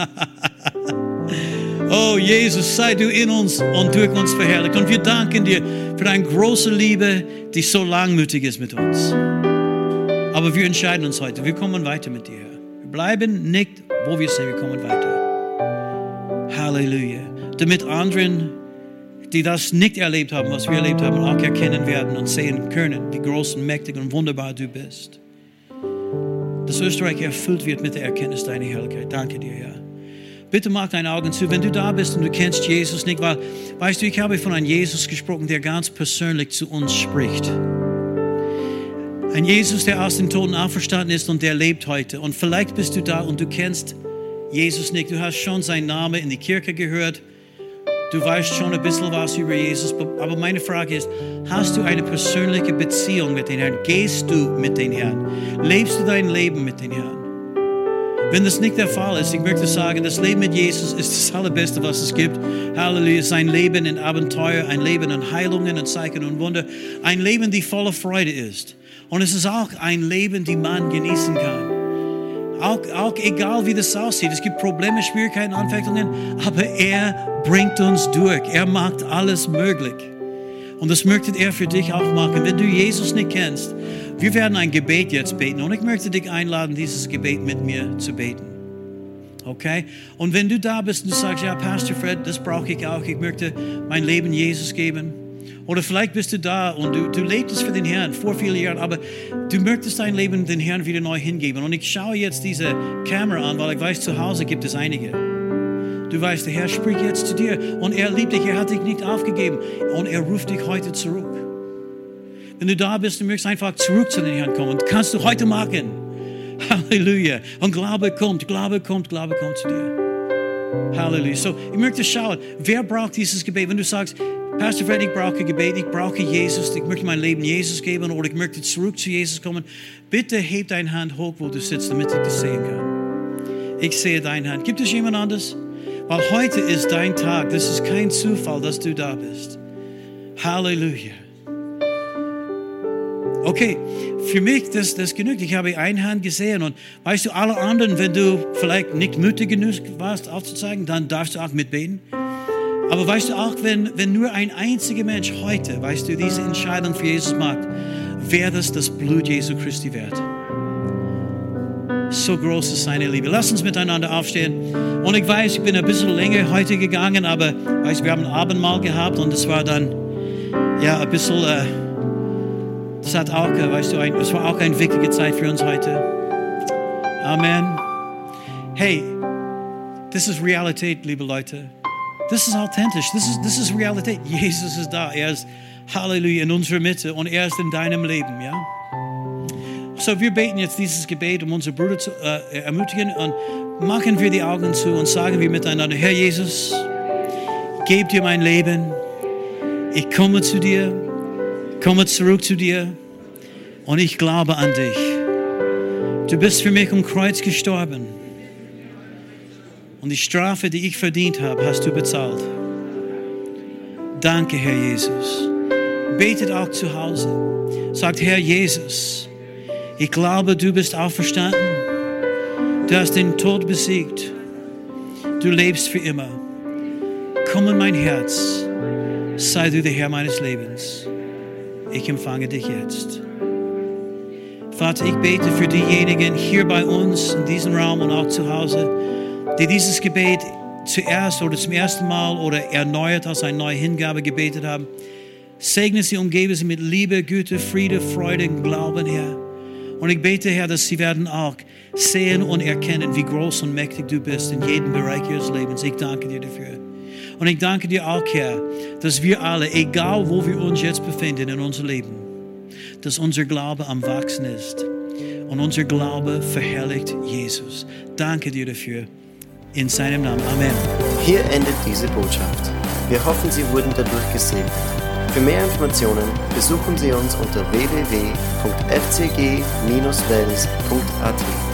Oh Jesus, sei du in uns und durch uns verherrlicht. Und wir danken dir für deine große Liebe, die so langmütig ist mit uns. Aber wir entscheiden uns heute. Wir kommen weiter mit dir. Wir bleiben nicht, wo wir sind. Wir kommen weiter. Halleluja. Damit anderen, die das nicht erlebt haben, was wir erlebt haben, auch erkennen werden und sehen können, wie groß und mächtig und wunderbar du bist. Dass Österreich erfüllt wird mit der Erkenntnis deiner Herrlichkeit. Danke dir, Herr. Bitte mach deine Augen zu, wenn du da bist und du kennst Jesus nicht, weil, weißt du, ich habe von einem Jesus gesprochen, der ganz persönlich zu uns spricht. Ein Jesus, der aus den Toten auferstanden ist und der lebt heute. Und vielleicht bist du da und du kennst Jesus nicht. Du hast schon seinen Namen in die Kirche gehört. Du weißt schon ein bisschen was über Jesus. Aber meine Frage ist, hast du eine persönliche Beziehung mit dem Herrn? Gehst du mit dem Herrn? Lebst du dein Leben mit dem Herrn? Wenn das nicht der Fall ist, ich möchte sagen, das Leben mit Jesus ist das Allerbeste, was es gibt. Halleluja, sein Leben in Abenteuer, ein Leben in Heilungen und Zeichen und Wunder. Ein Leben, die voller Freude ist. Und es ist auch ein Leben, die man genießen kann. Auch egal, wie das aussieht. Es gibt Probleme, Schwierigkeiten, Anfechtungen, aber er bringt uns durch. Er macht alles möglich. Und das möchte er für dich auch machen. Wenn du Jesus nicht kennst, wir werden ein Gebet jetzt beten. Und ich möchte dich einladen, dieses Gebet mit mir zu beten. Okay? Und wenn du da bist und du sagst, ja, Pastor Fred, das brauche ich auch. Ich möchte mein Leben Jesus geben. Oder vielleicht bist du da und du lebst für den Herrn vor vielen Jahren, aber du möchtest dein Leben den Herrn wieder neu hingeben. Und ich schaue jetzt diese Kamera an, weil ich weiß, zu Hause gibt es einige. Du weißt, der Herr spricht jetzt zu dir und er liebt dich, er hat dich nicht aufgegeben und er ruft dich heute zurück. Wenn du da bist und möchtest einfach zurück zu den Herrn kommen, kannst du heute machen. Halleluja. Und Glaube kommt zu dir. Halleluja. So, ich möchte schauen, wer braucht dieses Gebet? Wenn du sagst, Pastor Fred, ich brauche Gebet, ich brauche Jesus, ich möchte mein Leben Jesus geben oder ich möchte zurück zu Jesus kommen, bitte heb deine Hand hoch, wo du sitzt, damit ich das sehen kann. Ich sehe deine Hand. Gibt es jemand anderes? Weil heute ist dein Tag. Das ist kein Zufall, dass du da bist. Halleluja. Okay, für mich, das genügt. Ich habe eine Hand gesehen und weißt du, alle anderen, wenn du vielleicht nicht mutig genug warst aufzuzeigen, dann darfst du auch mitbeten. Aber weißt du auch, wenn nur ein einziger Mensch heute, weißt du, diese Entscheidung für Jesus macht, wäre das Blut Jesu Christi wert. So groß ist seine Liebe. Lass uns miteinander aufstehen. Und ich weiß, ich bin ein bisschen länger heute gegangen, aber weißt, wir haben ein Abendmahl gehabt und es war dann ja ein bisschen, das hat auch, weißt du, es war auch eine wichtige Zeit für uns heute. Amen. Hey, das ist Realität, liebe Leute. Das ist authentisch. Das ist Realität. Jesus ist da. Er ist, Halleluja, in unserer Mitte und er ist in deinem Leben, ja? So, wir beten jetzt dieses Gebet, um unsere Brüder zu ermutigen und machen wir die Augen zu und sagen wir miteinander, Herr Jesus, gib dir mein Leben. Ich komme zu dir, komme zurück zu dir und ich glaube an dich. Du bist für mich am Kreuz gestorben und die Strafe, die ich verdient habe, hast du bezahlt. Danke, Herr Jesus. Betet auch zu Hause. Sagt, Herr Jesus, ich glaube, du bist auferstanden. Du hast den Tod besiegt. Du lebst für immer. Komm in mein Herz. Sei du der Herr meines Lebens. Ich empfange dich jetzt. Vater, ich bete für diejenigen hier bei uns in diesem Raum und auch zu Hause, die dieses Gebet zuerst oder zum ersten Mal oder erneuert als eine neue Hingabe gebetet haben. Segne sie, umgebe sie mit Liebe, Güte, Friede, Freude und Glauben, Herr. Und ich bete, Herr, dass sie werden auch sehen und erkennen, wie groß und mächtig du bist in jedem Bereich ihres Lebens. Ich danke dir dafür. Und ich danke dir auch, Herr, dass wir alle, egal wo wir uns jetzt befinden in unserem Leben, dass unser Glaube am Wachsen ist. Und unser Glaube verherrlicht Jesus. Danke dir dafür. In seinem Namen. Amen. Hier endet diese Botschaft. Wir hoffen, Sie wurden dadurch gesegnet. Für mehr Informationen besuchen Sie uns unter www.fcg-wels.at.